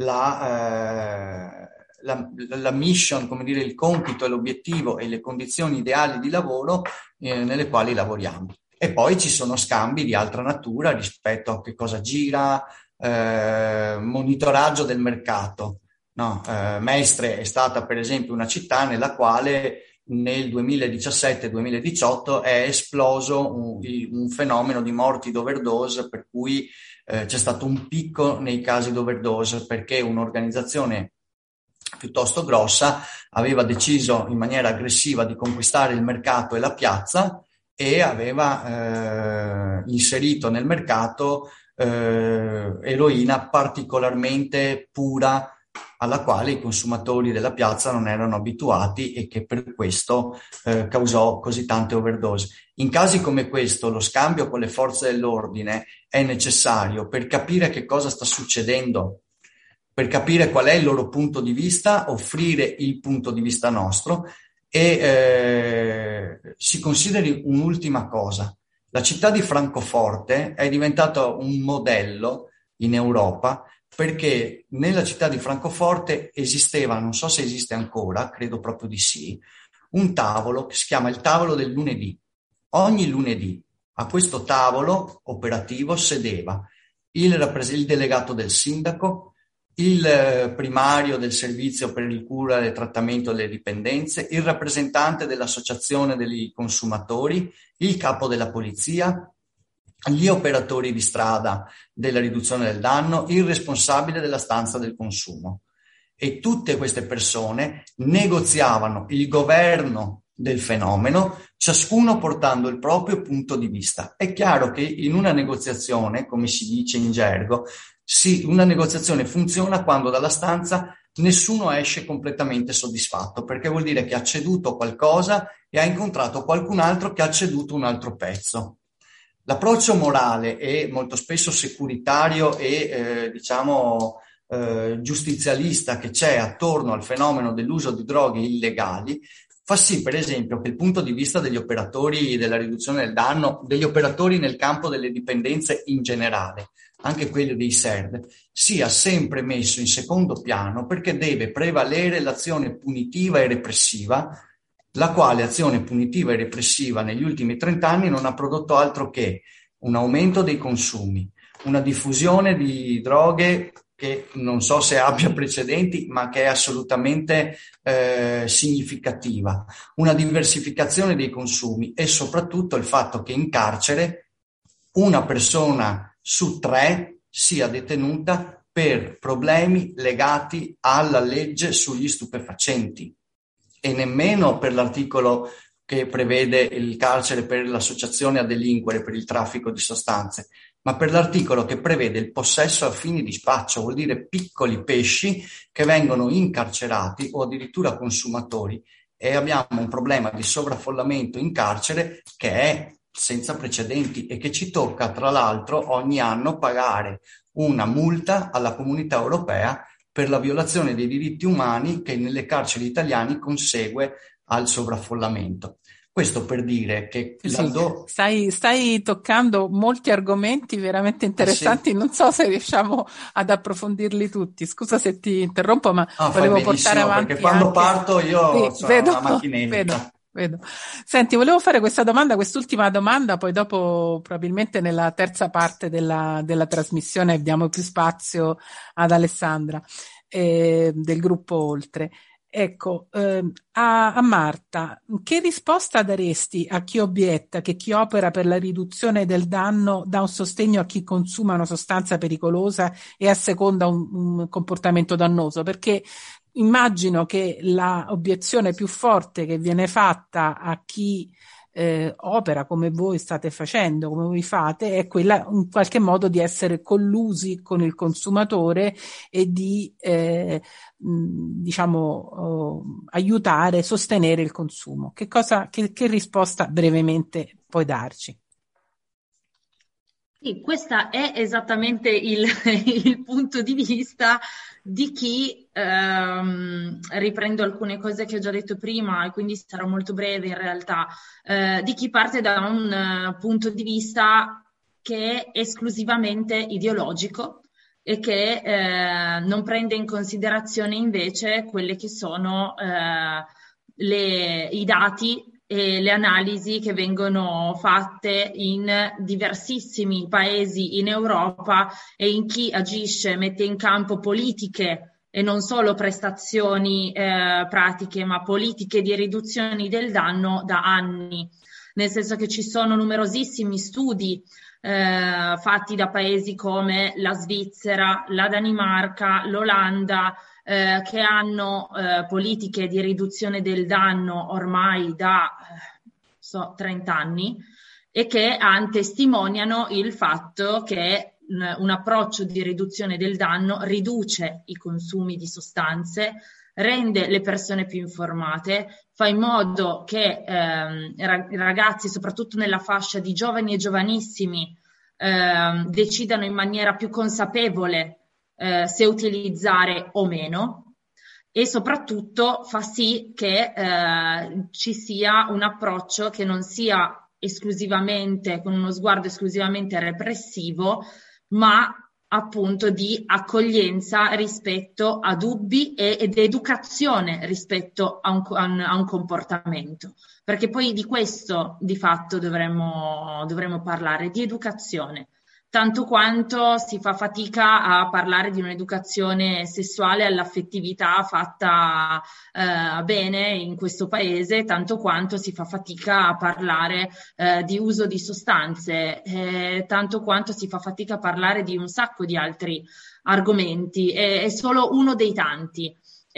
la mission, il compito e l'obiettivo e le condizioni ideali di lavoro nelle quali lavoriamo. E poi ci sono scambi di altra natura rispetto a che cosa gira, monitoraggio del mercato. No, Mestre è stata per esempio una città nella quale nel 2017-2018 è esploso un fenomeno di morti d'overdose, per cui c'è stato un picco nei casi d'overdose perché un'organizzazione piuttosto grossa aveva deciso in maniera aggressiva di conquistare il mercato e la piazza e aveva inserito nel mercato eroina particolarmente pura, alla quale i consumatori della piazza non erano abituati e che per questo causò così tante overdose. In casi come questo, lo scambio con le forze dell'ordine è necessario per capire che cosa sta succedendo, per capire qual è il loro punto di vista, offrire il punto di vista nostro e si consideri un'ultima cosa. La città di Francoforte è diventata un modello in Europa perché nella città di Francoforte esisteva, non so se esiste ancora, credo proprio di sì, un tavolo che si chiama il tavolo del lunedì. Ogni lunedì a questo tavolo operativo sedeva il delegato del sindaco, il primario del servizio per il cura e trattamento delle dipendenze, il rappresentante dell'associazione dei consumatori, il capo della polizia, gli operatori di strada della riduzione del danno, il responsabile della stanza del consumo. E tutte queste persone negoziavano il governo del fenomeno, ciascuno portando il proprio punto di vista. È chiaro che in una negoziazione, come si dice in gergo, una negoziazione funziona quando dalla stanza nessuno esce completamente soddisfatto, perché vuol dire che ha ceduto qualcosa e ha incontrato qualcun altro che ha ceduto un altro pezzo. L'approccio morale e molto spesso securitario e giustizialista che c'è attorno al fenomeno dell'uso di droghe illegali fa sì, per esempio, che il punto di vista degli operatori della riduzione del danno, degli operatori nel campo delle dipendenze in generale, anche quello dei SERD, sia sempre messo in secondo piano perché deve prevalere l'azione punitiva e repressiva, la quale azione punitiva e repressiva negli ultimi 30 anni non ha prodotto altro che un aumento dei consumi, una diffusione di droghe che non so se abbia precedenti, ma che è assolutamente significativa, una diversificazione dei consumi e soprattutto il fatto che in carcere una persona su 3 sia detenuta per problemi legati alla legge sugli stupefacenti e nemmeno per l'articolo che prevede il carcere per l'associazione a delinquere per il traffico di sostanze, ma per l'articolo che prevede il possesso a fini di spaccio, vuol dire piccoli pesci che vengono incarcerati o addirittura consumatori, e abbiamo un problema di sovraffollamento in carcere che è senza precedenti e che ci tocca tra l'altro ogni anno pagare una multa alla Comunità Europea per la violazione dei diritti umani che nelle carceri italiane consegue al sovraffollamento. Questo per dire che stai toccando molti argomenti veramente interessanti, non so se riusciamo ad approfondirli tutti. Scusa se ti interrompo, ma volevo portare avanti perché quando parto io vedo una macchinetta. Vedo. Senti, volevo fare quest'ultima domanda, poi dopo probabilmente nella terza parte della trasmissione diamo più spazio ad Alessandra del gruppo Oltre. Ecco, a Marta, che risposta daresti a chi obietta che chi opera per la riduzione del danno dà un sostegno a chi consuma una sostanza pericolosa e asseconda un comportamento dannoso? Perché immagino che la obiezione più forte che viene fatta a chi opera come voi state facendo, come voi fate, è quella in qualche modo di essere collusi con il consumatore e di aiutare, sostenere il consumo. Che risposta brevemente puoi darci? Sì, questo è esattamente il punto di vista di chi, riprendo alcune cose che ho già detto prima e quindi sarò molto breve in realtà, di chi parte da un punto di vista che è esclusivamente ideologico e che non prende in considerazione invece quelle che sono i dati e le analisi che vengono fatte in diversissimi paesi in Europa e in chi agisce, mette in campo politiche e non solo prestazioni pratiche, ma politiche di riduzione del danno da anni, nel senso che ci sono numerosissimi studi fatti da paesi come la Svizzera, la Danimarca, l'Olanda, che hanno politiche di riduzione del danno ormai da 30 anni e che testimoniano il fatto che un approccio di riduzione del danno riduce i consumi di sostanze, rende le persone più informate, fa in modo che i ragazzi, soprattutto nella fascia di giovani e giovanissimi, decidano in maniera più consapevole se utilizzare o meno, e soprattutto fa sì che ci sia un approccio che non sia esclusivamente con uno sguardo esclusivamente repressivo, ma appunto di accoglienza rispetto a dubbi ed educazione rispetto a un comportamento, perché poi di questo di fatto dovremmo parlare, di educazione. Tanto quanto si fa fatica a parlare di un'educazione sessuale all'affettività fatta bene in questo paese, tanto quanto si fa fatica a parlare di uso di sostanze, tanto quanto si fa fatica a parlare di un sacco di altri argomenti. È solo uno dei tanti.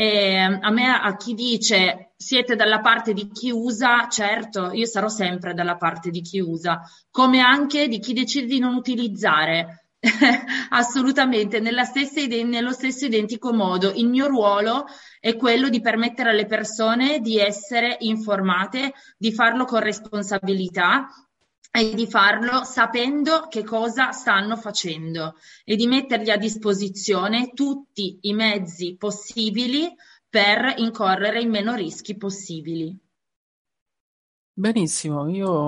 A chi dice siete dalla parte di chi usa, certo, io sarò sempre dalla parte di chi usa, come anche di chi decide di non utilizzare. Assolutamente, nello stesso identico modo. Il mio ruolo è quello di permettere alle persone di essere informate, di farlo con responsabilità e di farlo sapendo che cosa stanno facendo e di mettergli a disposizione tutti i mezzi possibili per incorrere in meno rischi possibili. Benissimo,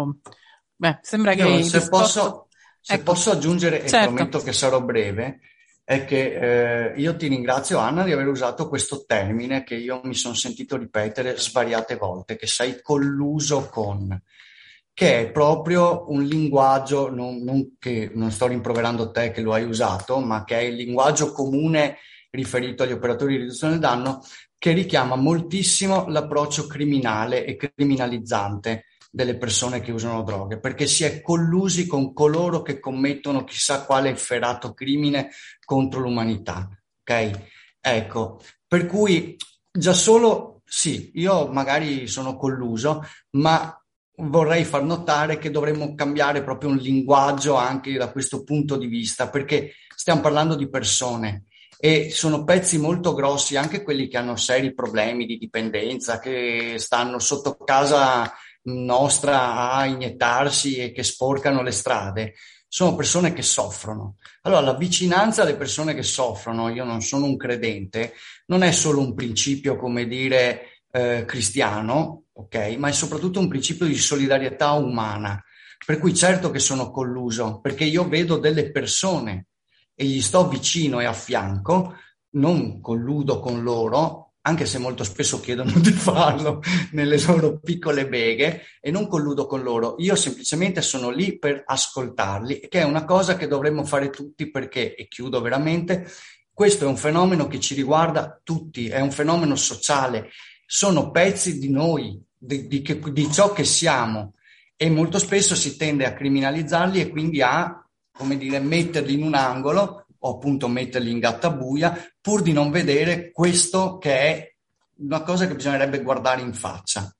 sembra che hai se risposto... posso aggiungere, certo. E prometto che sarò breve, è che io ti ringrazio, Anna, di aver usato questo termine che io mi sono sentito ripetere svariate volte, che sei colluso con, che è proprio un linguaggio, non sto rimproverando te che lo hai usato, ma che è il linguaggio comune riferito agli operatori di riduzione del danno, che richiama moltissimo l'approccio criminale e criminalizzante delle persone che usano droghe, perché si è collusi con coloro che commettono chissà quale efferato crimine contro l'umanità, ok? Ecco, per cui già solo, sì, io magari sono colluso, ma vorrei far notare che dovremmo cambiare proprio un linguaggio anche da questo punto di vista, perché stiamo parlando di persone e sono pezzi molto grossi, anche quelli che hanno seri problemi di dipendenza, che stanno sotto casa nostra a iniettarsi e che sporcano le strade. Sono persone che soffrono. Allora, la vicinanza alle persone che soffrono, io non sono un credente, non è solo un principio, come dire, cristiano, ok? Ma è soprattutto un principio di solidarietà umana. Per cui certo che sono colluso, perché io vedo delle persone e gli sto vicino e a fianco, non colludo con loro, anche se molto spesso chiedono di farlo nelle loro piccole beghe, e non colludo con loro. Io semplicemente sono lì per ascoltarli, che è una cosa che dovremmo fare tutti, perché, e chiudo veramente, questo è un fenomeno che ci riguarda tutti, è un fenomeno sociale, sono pezzi di noi, di ciò che siamo, e molto spesso si tende a criminalizzarli e quindi a, come dire, metterli in un angolo o appunto metterli in gattabuia, pur di non vedere questo che è una cosa che bisognerebbe guardare in faccia.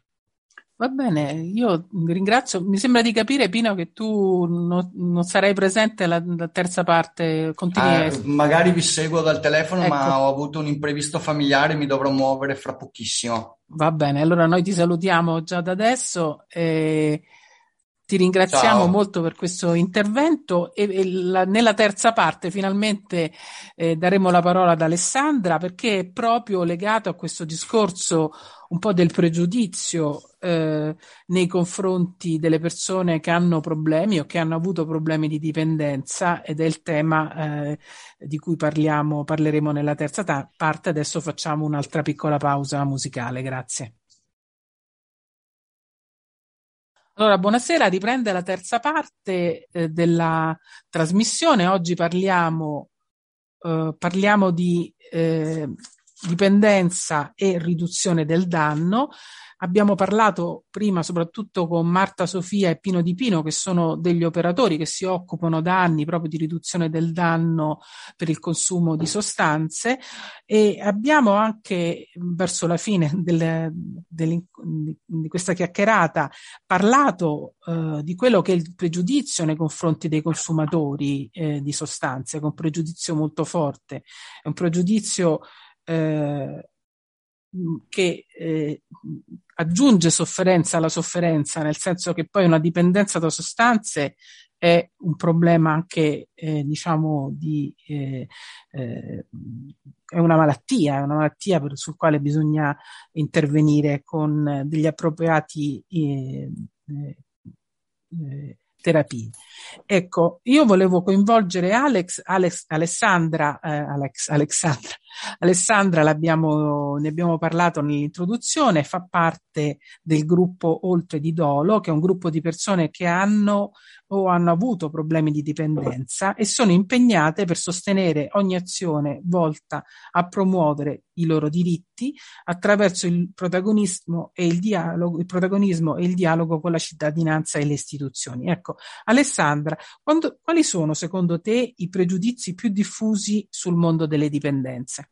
Va bene, io ringrazio. Mi sembra di capire, Pino, che tu non sarai presente alla terza parte. Magari vi seguo dal telefono, ecco. Ma ho avuto un imprevisto familiare, mi dovrò muovere fra pochissimo. Va bene, allora noi ti salutiamo già da adesso. Ti ringraziamo Ciao. molto per questo intervento nella terza parte finalmente daremo la parola ad Alessandra, perché è proprio legato a questo discorso un po' del pregiudizio nei confronti delle persone che hanno problemi o che hanno avuto problemi di dipendenza, ed è il tema di cui parleremo nella terza parte. Adesso facciamo un'altra piccola pausa musicale. Grazie. Allora, buonasera, riprende la terza parte della trasmissione. Oggi parliamo di dipendenza e riduzione del danno. Abbiamo parlato prima soprattutto con Marta Sofia e Pino Di Pino, che sono degli operatori che si occupano da anni proprio di riduzione del danno per il consumo di di questa chiacchierata parlato di quello che è il pregiudizio nei confronti dei consumatori di sostanze, con un pregiudizio molto forte, è un pregiudizio che aggiunge sofferenza alla sofferenza, nel senso che poi una dipendenza da sostanze è un problema anche, è una malattia sul quale bisogna intervenire con degli appropriati terapie. Ecco, io volevo coinvolgere Alessandra, ne abbiamo parlato nell'introduzione, fa parte del gruppo Oltre di Dolo, che è un gruppo di persone che hanno avuto problemi di dipendenza e sono impegnate per sostenere ogni azione volta a promuovere i loro diritti attraverso il protagonismo e il dialogo con la cittadinanza e le istituzioni. Ecco, Alessandra, quali sono secondo te i pregiudizi più diffusi sul mondo delle dipendenze?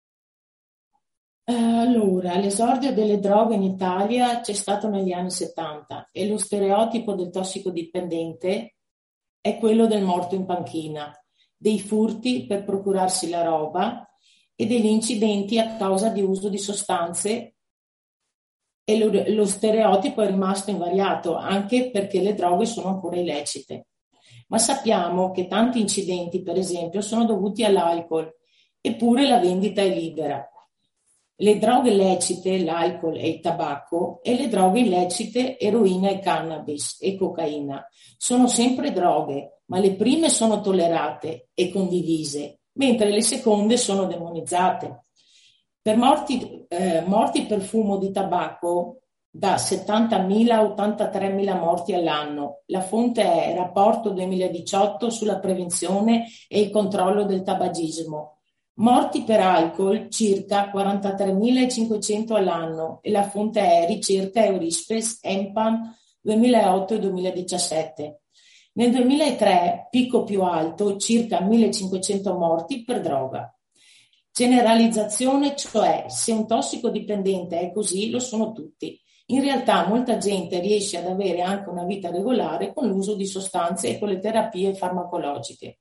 Allora, l'esordio delle droghe in Italia c'è stato negli anni 70 e lo stereotipo del tossicodipendente è quello del morto in panchina, dei furti per procurarsi la roba e degli incidenti a causa di uso di sostanze, e lo stereotipo è rimasto invariato anche perché le droghe sono ancora illecite. Ma sappiamo che tanti incidenti, per esempio, sono dovuti all'alcol, eppure la vendita è libera. Le droghe lecite, l'alcol e il tabacco, e le droghe illecite, eroina e cannabis e cocaina, sono sempre droghe, ma le prime sono tollerate e condivise, mentre le seconde sono demonizzate. Per morti per fumo di tabacco, da 70.000 a 83.000 morti all'anno. La fonte è Rapporto 2018 sulla prevenzione e il controllo del tabagismo. Morti per alcol circa 43.500 all'anno e la fonte è Ricerca Eurispes EMPAM 2008 e 2017. Nel 2003 picco più alto, circa 1.500 morti per droga. Generalizzazione, cioè se un tossicodipendente è così, lo sono tutti. In realtà molta gente riesce ad avere anche una vita regolare con l'uso di sostanze e con le terapie farmacologiche.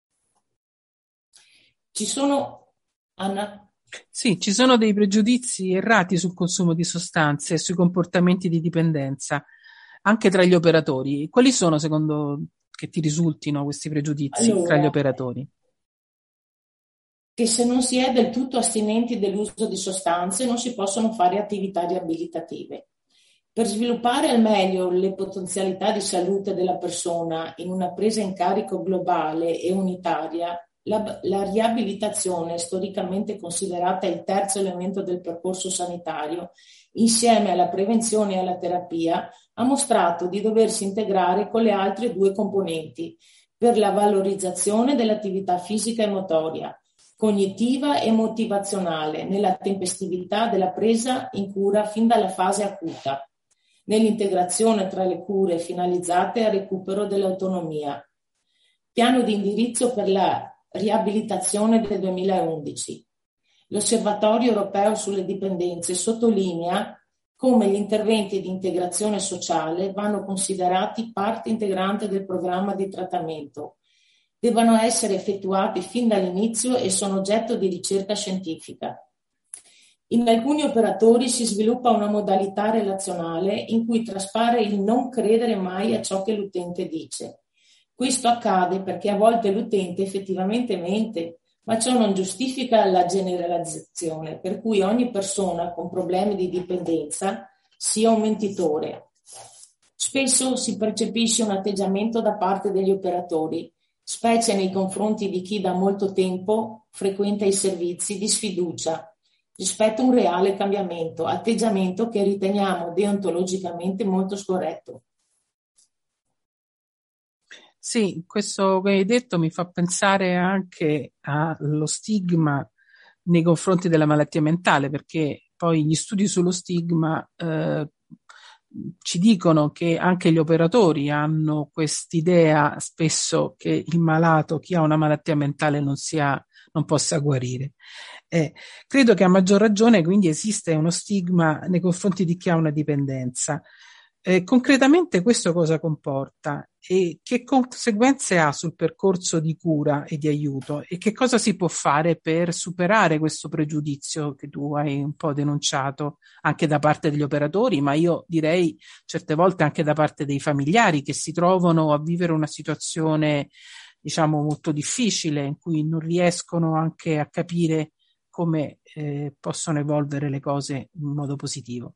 Ci sono, Anna? Sì, ci sono dei pregiudizi errati sul consumo di sostanze e sui comportamenti di dipendenza, anche tra gli operatori. Quali sono, secondo che ti risultino, questi pregiudizi tra gli operatori? Che se non si è del tutto astinenti dell'uso di sostanze non si possono fare attività riabilitative. Per sviluppare al meglio le potenzialità di salute della persona in una presa in carico globale e unitaria, la riabilitazione, storicamente considerata il terzo elemento del percorso sanitario, insieme alla prevenzione e alla terapia, ha mostrato di doversi integrare con le altre due componenti per la valorizzazione dell'attività fisica e motoria, cognitiva e motivazionale nella tempestività della presa in cura fin dalla fase acuta, nell'integrazione tra le cure finalizzate al recupero dell'autonomia. Piano di indirizzo per la riabilitazione del 2011. L'Osservatorio europeo sulle dipendenze sottolinea come gli interventi di integrazione sociale vanno considerati parte integrante del programma di trattamento, devono essere effettuati fin dall'inizio e sono oggetto di ricerca scientifica. In alcuni operatori si sviluppa una modalità relazionale in cui traspare il non credere mai a ciò che l'utente dice. Questo accade perché a volte l'utente effettivamente mente, ma ciò non giustifica la generalizzazione, per cui ogni persona con problemi di dipendenza sia un mentitore. Spesso si percepisce un atteggiamento da parte degli operatori, specie nei confronti di chi da molto tempo frequenta i servizi, di sfiducia rispetto a un reale cambiamento, atteggiamento che riteniamo deontologicamente molto scorretto. Sì, questo che hai detto mi fa pensare anche allo stigma nei confronti della malattia mentale, perché poi gli studi sullo stigma ci dicono che anche gli operatori hanno quest'idea spesso che il malato, chi ha una malattia mentale, non sia non possa guarire. Credo che a maggior ragione quindi esiste uno stigma nei confronti di chi ha una dipendenza. Concretamente questo cosa comporta e che conseguenze ha sul percorso di cura e di aiuto e che cosa si può fare per superare questo pregiudizio che tu hai un po' denunciato anche da parte degli operatori, ma io direi certe volte anche da parte dei familiari che si trovano a vivere una situazione, diciamo, molto difficile in cui non riescono anche a capire come possono evolvere le cose in modo positivo.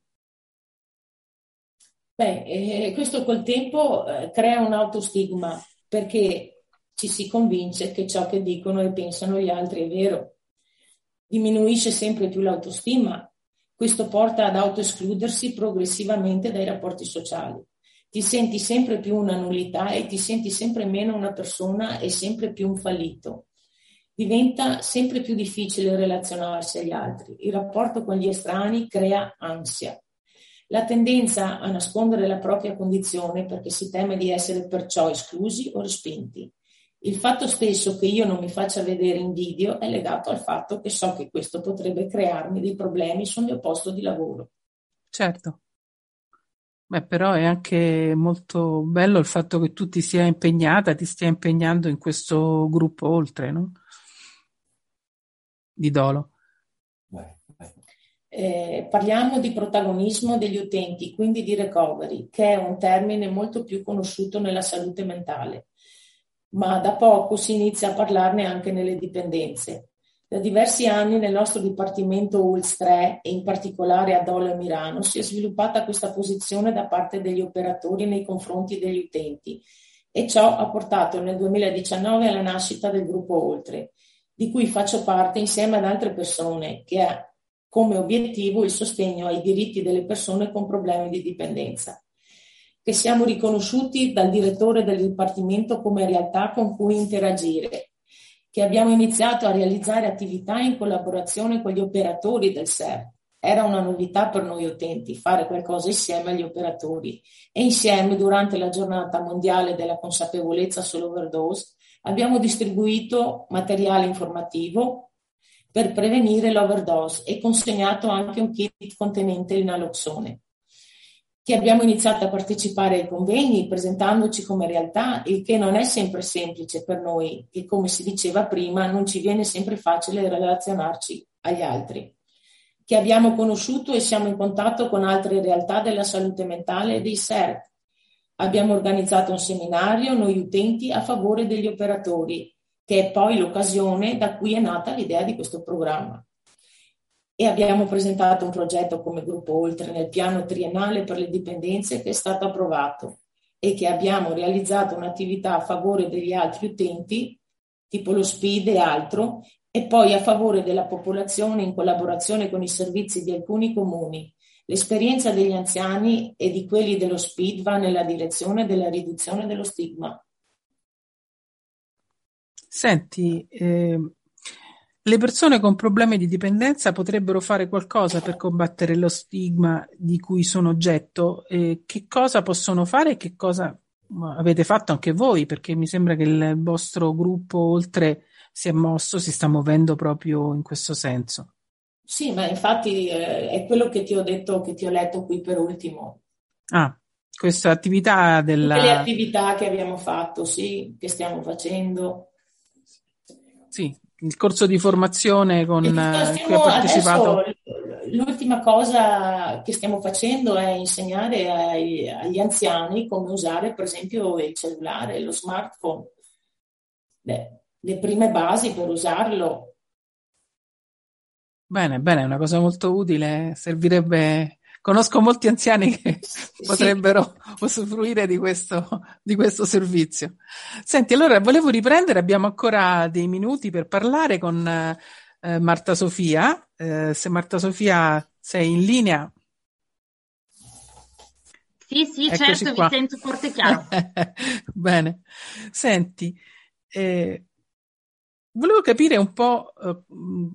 Questo col tempo crea un autostigma perché ci si convince che ciò che dicono e pensano gli altri è vero. Diminuisce sempre più l'autostima. Questo porta ad autoescludersi progressivamente dai rapporti sociali. Ti senti sempre più una nullità e ti senti sempre meno una persona e sempre più un fallito. Diventa sempre più difficile relazionarsi agli altri. Il rapporto con gli estranei crea ansia. La tendenza a nascondere la propria condizione perché si teme di essere perciò esclusi o respinti. Il fatto stesso che io non mi faccia vedere in video è legato al fatto che so che questo potrebbe crearmi dei problemi sul mio posto di lavoro. Certo. Però è anche molto bello il fatto che tu ti stia impegnando in questo gruppo oltre, no? Di dolo. Parliamo di protagonismo degli utenti, quindi di recovery, che è un termine molto più conosciuto nella salute mentale, ma da poco si inizia a parlarne anche nelle dipendenze. Da diversi anni nel nostro dipartimento ULS 3 e in particolare a Dolo e Milano si è sviluppata questa posizione da parte degli operatori nei confronti degli utenti e ciò ha portato nel 2019 alla nascita del gruppo Oltre, di cui faccio parte insieme ad altre persone che ha come obiettivo il sostegno ai diritti delle persone con problemi di dipendenza, che siamo riconosciuti dal direttore del dipartimento come realtà con cui interagire, che abbiamo iniziato a realizzare attività in collaborazione con gli operatori del SER. Era una novità per noi utenti fare qualcosa insieme agli operatori e insieme durante la giornata mondiale della consapevolezza sull'overdose abbiamo distribuito materiale informativo per prevenire l'overdose e consegnato anche un kit contenente il naloxone. Che abbiamo iniziato a partecipare ai convegni presentandoci come realtà, il che non è sempre semplice per noi e come si diceva prima non ci viene sempre facile relazionarci agli altri. Che abbiamo conosciuto e siamo in contatto con altre realtà della salute mentale e dei SERT. Abbiamo organizzato un seminario, noi utenti, a favore degli operatori, che è poi l'occasione da cui è nata l'idea di questo programma. E abbiamo presentato un progetto come gruppo Oltre nel piano triennale per le dipendenze che è stato approvato e che abbiamo realizzato un'attività a favore degli altri utenti, tipo lo SPID e altro, e poi a favore della popolazione in collaborazione con i servizi di alcuni comuni. L'esperienza degli anziani e di quelli dello SPID va nella direzione della riduzione dello stigma. Senti, le persone con problemi di dipendenza potrebbero fare qualcosa per combattere lo stigma di cui sono oggetto? Che cosa possono fare e che cosa avete fatto anche voi? Perché mi sembra che il vostro gruppo Oltre si è mosso, si sta muovendo proprio in questo senso. Sì, ma infatti è quello che ti ho detto, che ti ho letto qui per ultimo. Questa attività Tutte le attività che abbiamo fatto, sì, che stiamo facendo. Sì, il corso di formazione con cui ha partecipato. L'ultima cosa che stiamo facendo è insegnare agli anziani come usare, per esempio, il cellulare, lo smartphone. Le prime basi per usarlo. Bene, è una cosa molto utile, servirebbe. Conosco molti anziani che potrebbero usufruire di questo servizio. Senti, allora volevo riprendere, abbiamo ancora dei minuti per parlare con Marta Sofia. Se Marta Sofia sei in linea. Sì, Eccoci certo, qua. Vi sento forte e chiaro. Bene, senti, volevo capire un po'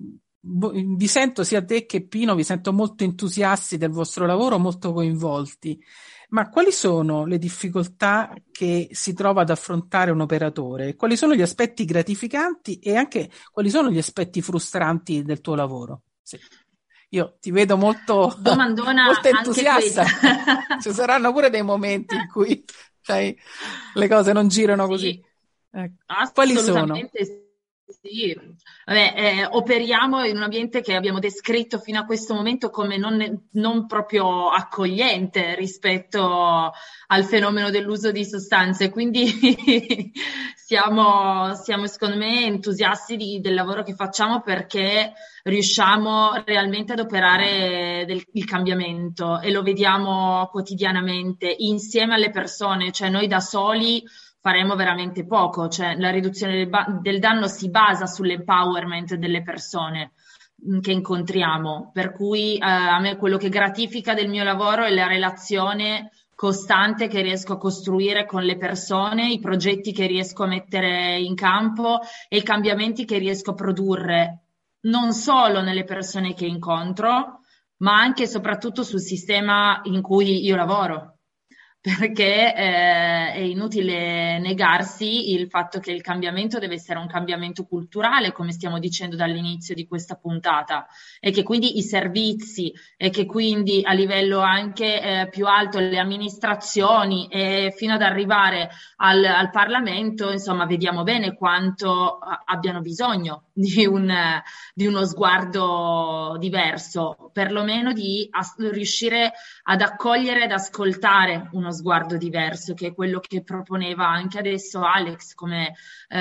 vi sento sia te che Pino, vi sento molto entusiasti del vostro lavoro, molto coinvolti. Ma quali sono le difficoltà che si trova ad affrontare un operatore? Quali sono gli aspetti gratificanti e anche quali sono gli aspetti frustranti del tuo lavoro? Sì. Io ti vedo molto, molto entusiasta. Ci saranno pure dei momenti in cui le cose non girano così. Quali sono? Sì, vabbè, operiamo in un ambiente che abbiamo descritto fino a questo momento come non proprio accogliente rispetto al fenomeno dell'uso di sostanze, quindi siamo secondo me entusiasti del lavoro che facciamo perché riusciamo realmente ad operare il cambiamento e lo vediamo quotidianamente insieme alle persone, cioè noi da soli faremo veramente poco, cioè la riduzione del danno si basa sull'empowerment delle persone che incontriamo, per cui a me quello che gratifica del mio lavoro è la relazione costante che riesco a costruire con le persone, i progetti che riesco a mettere in campo e i cambiamenti che riesco a produrre non solo nelle persone che incontro, ma anche e soprattutto sul sistema in cui io lavoro. Perché è inutile negarsi il fatto che il cambiamento deve essere un cambiamento culturale, come stiamo dicendo dall'inizio di questa puntata, e che quindi i servizi e che quindi a livello anche più alto le amministrazioni e fino ad arrivare al Parlamento, insomma, vediamo bene quanto abbiano bisogno di uno sguardo diverso, perlomeno di riuscire ad accogliere ed ascoltare uno sguardo diverso, che è quello che proponeva anche adesso Alex come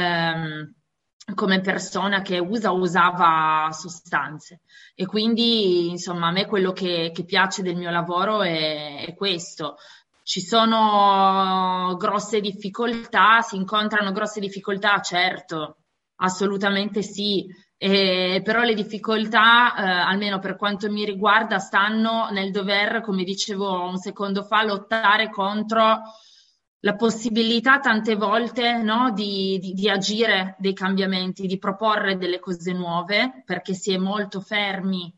persona che usava sostanze. E quindi, insomma, a me quello che piace del mio lavoro è questo. Ci sono grosse difficoltà, si incontrano grosse difficoltà, certo, assolutamente sì. Però le difficoltà, almeno per quanto mi riguarda, stanno nel dover, come dicevo un secondo fa, lottare contro la possibilità tante volte, no, di agire dei cambiamenti, di proporre delle cose nuove, perché si è molto fermi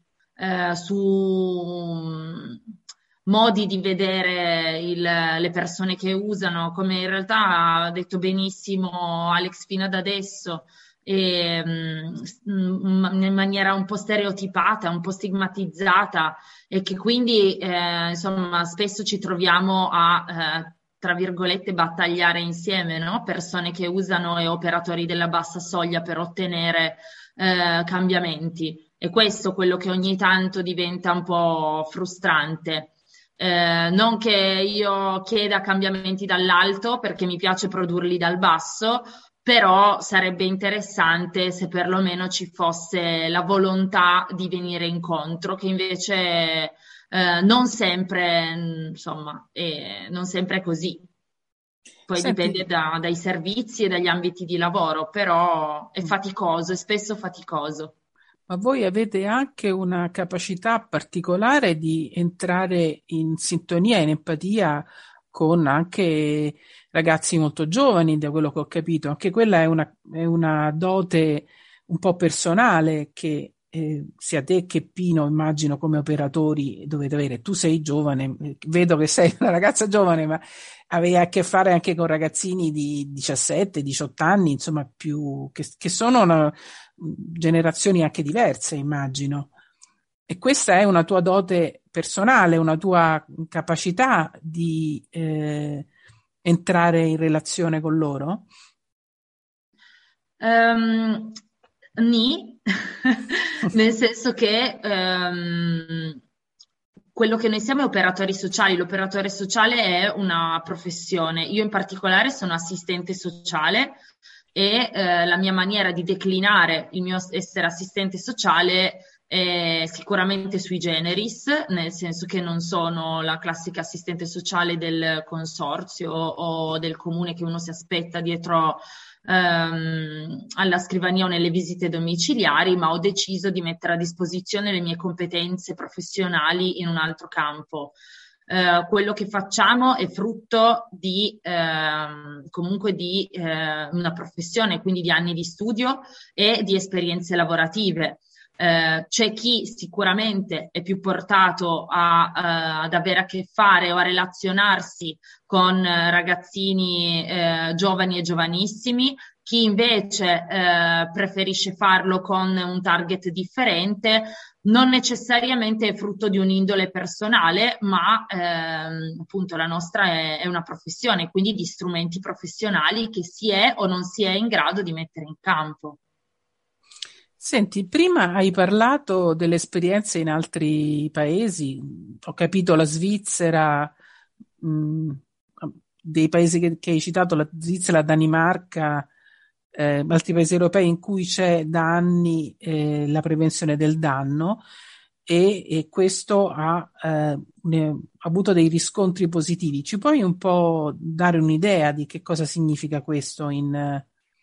su modi di vedere le persone che usano, come in realtà ha detto benissimo Alex fino ad adesso. In maniera un po' stereotipata, un po' stigmatizzata e che quindi insomma spesso ci troviamo a tra virgolette battagliare insieme, no? Persone che usano e operatori della bassa soglia per ottenere cambiamenti, e questo è quello che ogni tanto diventa un po' frustrante. Non che io chieda cambiamenti dall'alto, perché mi piace produrli dal basso, però sarebbe interessante se perlomeno ci fosse la volontà di venire incontro, che invece non sempre, insomma, non sempre è così. Poi dipende dai servizi e dagli ambiti di lavoro, però è faticoso, è spesso faticoso. Ma voi avete anche una capacità particolare di entrare in sintonia, in empatia con anche ragazzi molto giovani, da quello che ho capito. Anche quella è una dote un po' personale che sia te che Pino, immagino, come operatori dovete avere. Tu sei giovane, vedo che sei una ragazza giovane, ma avevi a che fare anche con ragazzini di 17, 18 anni, insomma, che sono generazioni anche diverse, immagino. E questa è una tua dote personale, una tua capacità di entrare in relazione con loro? Nel senso che quello che noi siamo è operatori sociali. L'operatore sociale è una professione. Io in particolare sono assistente sociale e la mia maniera di declinare il mio essere assistente sociale è sicuramente sui generis, nel senso che non sono la classica assistente sociale del consorzio o del comune che uno si aspetta dietro alla scrivania o nelle visite domiciliari, ma ho deciso di mettere a disposizione le mie competenze professionali in un altro campo. Quello che facciamo è frutto di comunque di una professione, quindi di anni di studio e di esperienze lavorative. C'è chi sicuramente è più portato ad avere a che fare o a relazionarsi con ragazzini giovani e giovanissimi, chi invece preferisce farlo con un target differente, non necessariamente è frutto di un'indole personale, ma appunto la nostra è una professione, quindi di strumenti professionali che si è o non si è in grado di mettere in campo. Senti, prima hai parlato delle esperienze in altri paesi, ho capito la Svizzera, dei paesi che hai citato, la Svizzera, la Danimarca, altri paesi europei in cui c'è da anni la prevenzione del danno e questo ha avuto dei riscontri positivi. Ci puoi un po' dare un'idea di che cosa significa questo in...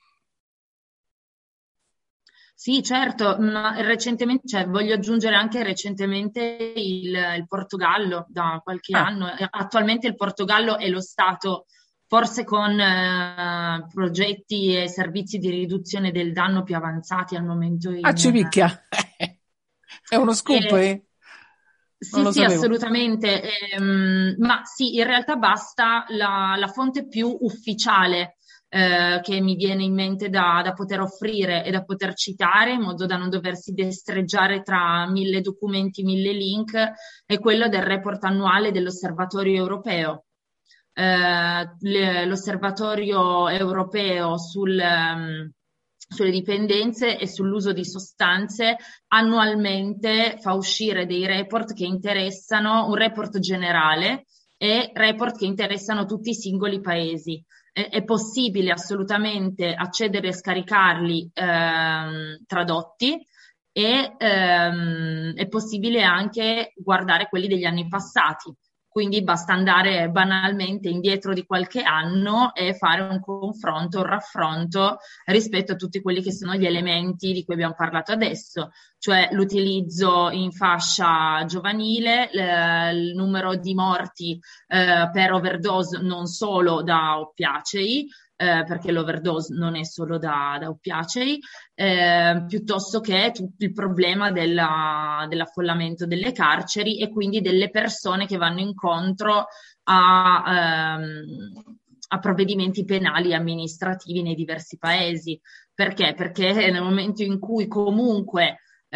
Sì, certo, ma recentemente, cioè, voglio aggiungere anche recentemente il Portogallo da qualche anno. Attualmente il Portogallo è lo Stato, forse con progetti e servizi di riduzione del danno più avanzati al momento in... ci picchia! È uno scoop, eh? Non lo Sì, sapevo. assolutamente, ma sì, in realtà basta la fonte più ufficiale che mi viene in mente da poter offrire e da poter citare in modo da non doversi destreggiare tra 1000 documenti, 1000 link, è quello del report annuale dell'Osservatorio europeo. L'Osservatorio europeo sulle dipendenze e sull'uso di sostanze annualmente fa uscire dei report che interessano, un report generale e report che interessano tutti i singoli paesi. È possibile assolutamente accedere e scaricarli tradotti e è possibile anche guardare quelli degli anni passati. Quindi basta andare banalmente indietro di qualche anno e fare un confronto, un raffronto rispetto a tutti quelli che sono gli elementi di cui abbiamo parlato adesso, cioè l'utilizzo in fascia giovanile, il numero di morti per overdose non solo da oppiacei, perché l'overdose non è solo da oppiacei, piuttosto che tutto il problema dell'affollamento delle carceri e quindi delle persone che vanno incontro a provvedimenti penali e amministrativi nei diversi paesi. Perché? Perché nel momento in cui comunque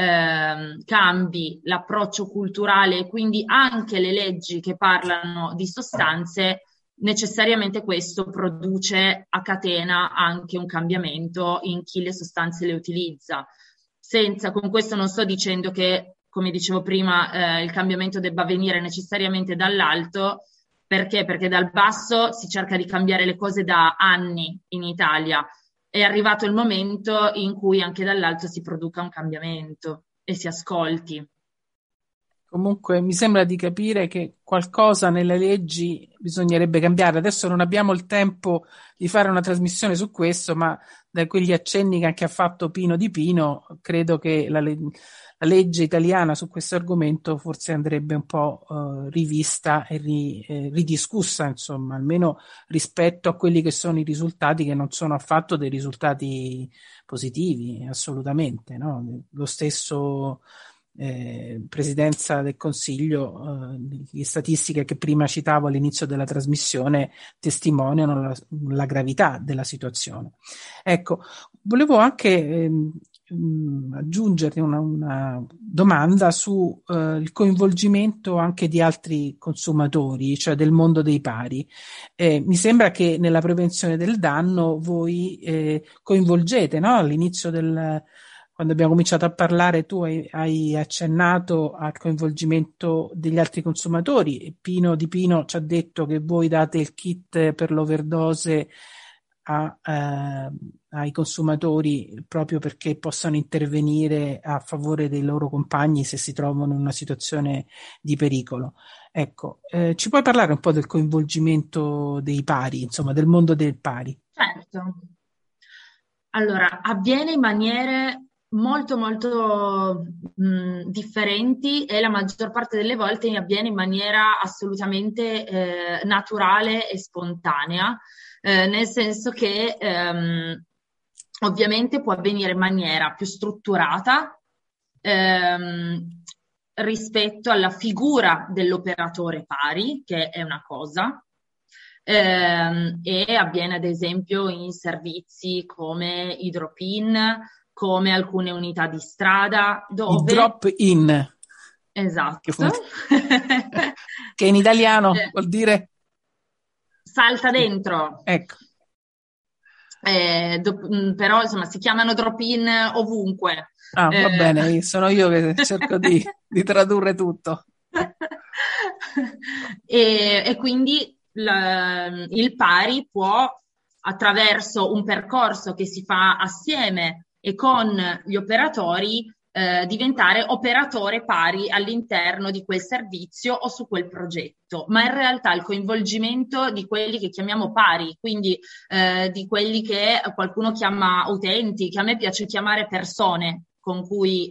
cambi l'approccio culturale e quindi anche le leggi che parlano di sostanze, necessariamente questo produce a catena anche un cambiamento in chi le sostanze le utilizza. Con questo non sto dicendo che, come dicevo prima, il cambiamento debba venire necessariamente dall'alto, perché dal basso si cerca di cambiare le cose da anni in Italia. È arrivato il momento in cui anche dall'alto si produca un cambiamento e si ascolti. Comunque mi sembra di capire che qualcosa nelle leggi bisognerebbe cambiare. Adesso non abbiamo il tempo di fare una trasmissione su questo, ma da quegli accenni che anche ha fatto Pino Di Pino, credo che la legge italiana su questo argomento forse andrebbe un po' rivista e ridiscussa, insomma, almeno rispetto a quelli che sono i risultati, che non sono affatto dei risultati positivi, assolutamente, no? Lo stesso Presidenza del Consiglio, le statistiche che prima citavo all'inizio della trasmissione testimoniano la gravità della situazione. Ecco, volevo anche aggiungere una domanda su il coinvolgimento anche di altri consumatori, cioè del mondo dei pari. Mi sembra che nella prevenzione del danno voi coinvolgete, no? All'inizio quando abbiamo cominciato a parlare, tu hai accennato al coinvolgimento degli altri consumatori. Pino Di Pino ci ha detto che voi date il kit per l'overdose ai consumatori proprio perché possano intervenire a favore dei loro compagni se si trovano in una situazione di pericolo. Ecco, ci puoi parlare un po' del coinvolgimento dei pari, insomma, del mondo del pari? Certo. Allora, avviene in maniere molto molto differenti e la maggior parte delle volte avviene in maniera assolutamente naturale e spontanea, nel senso che ovviamente può avvenire in maniera più strutturata rispetto alla figura dell'operatore pari, che è una cosa, e avviene ad esempio in servizi come i drop-in, come alcune unità di strada, dove... Il drop-in. Esatto. Che in italiano vuol dire? Salta dentro. Ecco. Però insomma si chiamano drop-in ovunque. Va bene, sono io che cerco di tradurre tutto. E quindi il pari può, attraverso un percorso che si fa assieme e con gli operatori, diventare operatore pari all'interno di quel servizio o su quel progetto, ma in realtà il coinvolgimento di quelli che chiamiamo pari, quindi di quelli che qualcuno chiama utenti, che a me piace chiamare persone con cui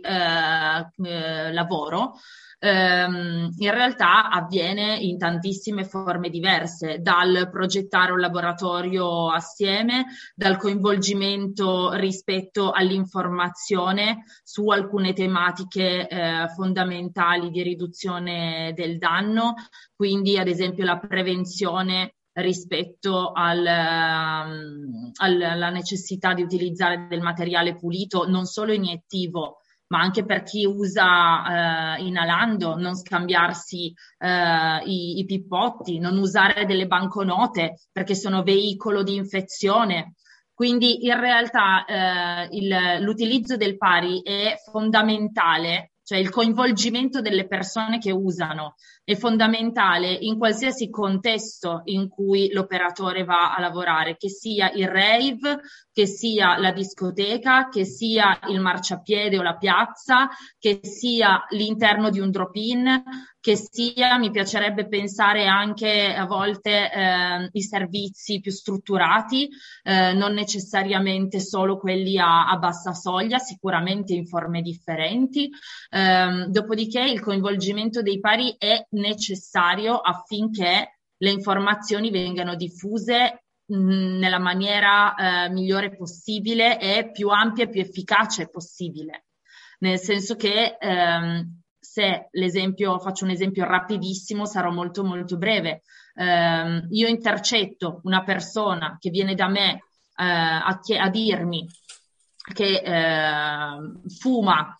lavoro, in realtà avviene in tantissime forme diverse, dal progettare un laboratorio assieme, dal coinvolgimento rispetto all'informazione su alcune tematiche fondamentali di riduzione del danno, quindi ad esempio la prevenzione rispetto alla necessità di utilizzare del materiale pulito, non solo iniettivo, ma anche per chi usa inalando, non scambiarsi i pippotti, non usare delle banconote perché sono veicolo di infezione. Quindi in realtà l'utilizzo del pari è fondamentale, cioè il coinvolgimento delle persone che usano è fondamentale in qualsiasi contesto in cui l'operatore va a lavorare, che sia il rave, che sia la discoteca, che sia il marciapiede o la piazza, che sia l'interno di un drop-in, che sia, mi piacerebbe pensare anche a volte i servizi più strutturati, non necessariamente solo quelli a bassa soglia, sicuramente in forme differenti. Dopodiché il coinvolgimento dei pari è necessario affinché le informazioni vengano diffuse nella maniera migliore possibile e più ampia e più efficace possibile. Nel senso che se faccio un esempio rapidissimo, sarò molto molto breve. Io intercetto una persona che viene da me a dirmi che fuma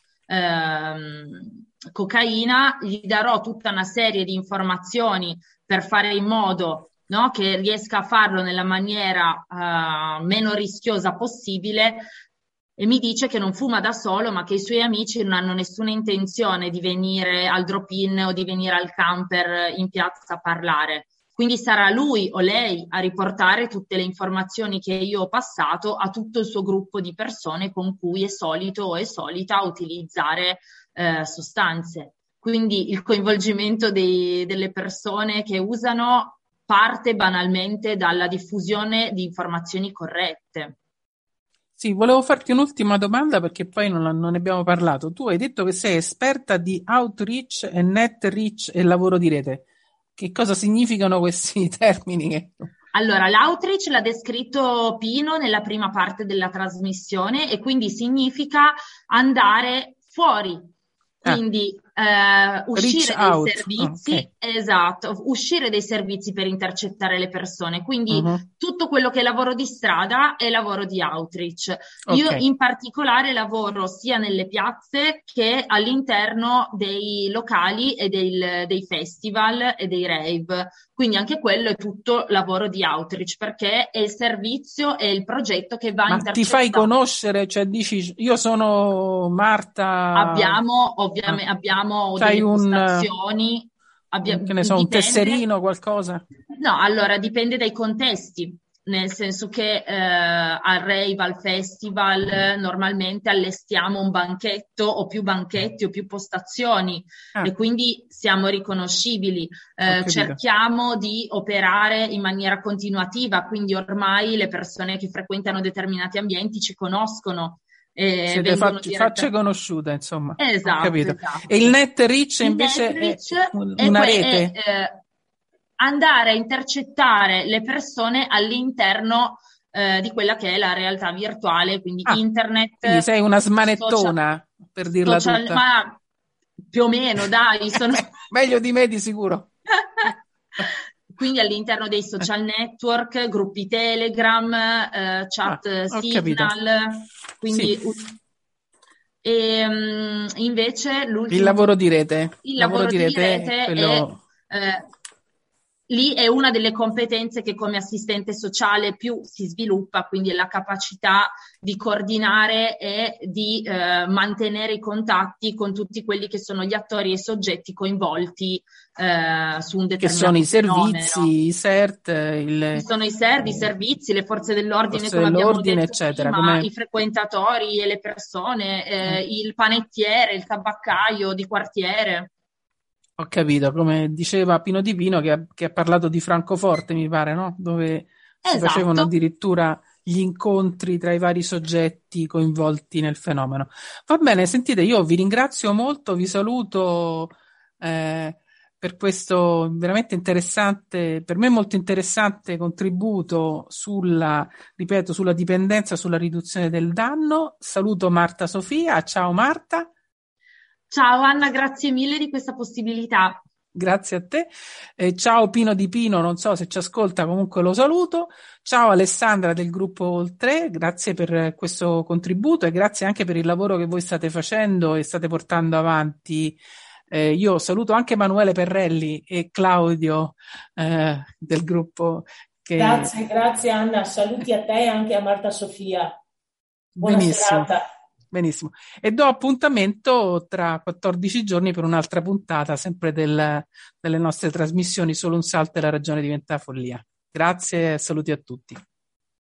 cocaina, gli darò tutta una serie di informazioni per fare in modo, no, che riesca a farlo nella maniera meno rischiosa possibile, e mi dice che non fuma da solo, ma che i suoi amici non hanno nessuna intenzione di venire al drop-in o di venire al camper in piazza a parlare. Quindi sarà lui o lei a riportare tutte le informazioni che io ho passato a tutto il suo gruppo di persone con cui è solito o è solita utilizzare sostanze. Quindi il coinvolgimento delle persone che usano parte banalmente dalla diffusione di informazioni corrette. Sì, volevo farti un'ultima domanda perché poi non ne abbiamo parlato. Tu hai detto che sei esperta di outreach e net reach e lavoro di rete. Che cosa significano questi termini? Allora, l'outreach l'ha descritto Pino nella prima parte della trasmissione e quindi significa andare fuori. Quindi uscire dai servizi, okay. Esatto, uscire dai servizi per intercettare le persone. Quindi tutto quello che è lavoro di strada è lavoro di outreach. Okay. Io in particolare lavoro sia nelle piazze che all'interno dei locali e dei festival e dei rave. Quindi anche quello è tutto lavoro di outreach, perché è il servizio e il progetto che va a intercettare. Ma ti fai conoscere? Cioè dici, io sono Marta... Abbiamo delle postazioni. Che ne so, un tesserino, qualcosa? No, allora dipende dai contesti. Nel senso che al rave, al festival, normalmente allestiamo un banchetto o più banchetti o più postazioni e quindi siamo riconoscibili. Cerchiamo di operare in maniera continuativa, quindi ormai le persone che frequentano determinati ambienti ci conoscono. Siete facce conosciute, insomma. Esatto, ho capito. Esatto. E il net reach invece è una rete? Andare a intercettare le persone all'interno di quella che è la realtà virtuale, quindi internet. Quindi sei una smanettona. per dirla tutta. Ma più o meno, dai, sono... Meglio di me di sicuro. Quindi all'interno dei social network, gruppi Telegram, chat Signal, quindi... Sì. E invece l'ultimo... Il lavoro di rete. Il lavoro di rete quello... lì è una delle competenze che come assistente sociale più si sviluppa, quindi è la capacità di coordinare e di mantenere i contatti con tutti quelli che sono gli attori e i soggetti coinvolti su un determinato che sono i fenomeno. servizi, i CERT, Che sono i CERT, i servizi, le forze dell'ordine, forze come abbiamo dell'ordine, detto eccetera, prima, come... i frequentatori e le persone, il panettiere, il tabaccaio di quartiere. Ho capito, come diceva Pino Di Pino che ha parlato di Francoforte, mi pare, no? Dove si facevano addirittura gli incontri tra i vari soggetti coinvolti nel fenomeno. Va bene, sentite, io vi ringrazio molto, vi saluto per questo veramente interessante, per me molto interessante contributo sulla dipendenza, sulla riduzione del danno. Saluto Marta Sofia, ciao Marta. Ciao Anna, grazie mille di questa possibilità. Grazie a te. Ciao Pino Di Pino, non so se ci ascolta, comunque lo saluto. Ciao Alessandra del gruppo Oltre, grazie per questo contributo e grazie anche per il lavoro che voi state facendo e state portando avanti. Io saluto anche Emanuele Perrelli e Claudio del gruppo. Grazie Anna, saluti a te e anche a Marta Sofia. Buona serata. Benissimo. E do appuntamento tra 14 giorni per un'altra puntata, sempre delle nostre trasmissioni Solo un salto e la ragione diventa follia. Grazie e saluti a tutti.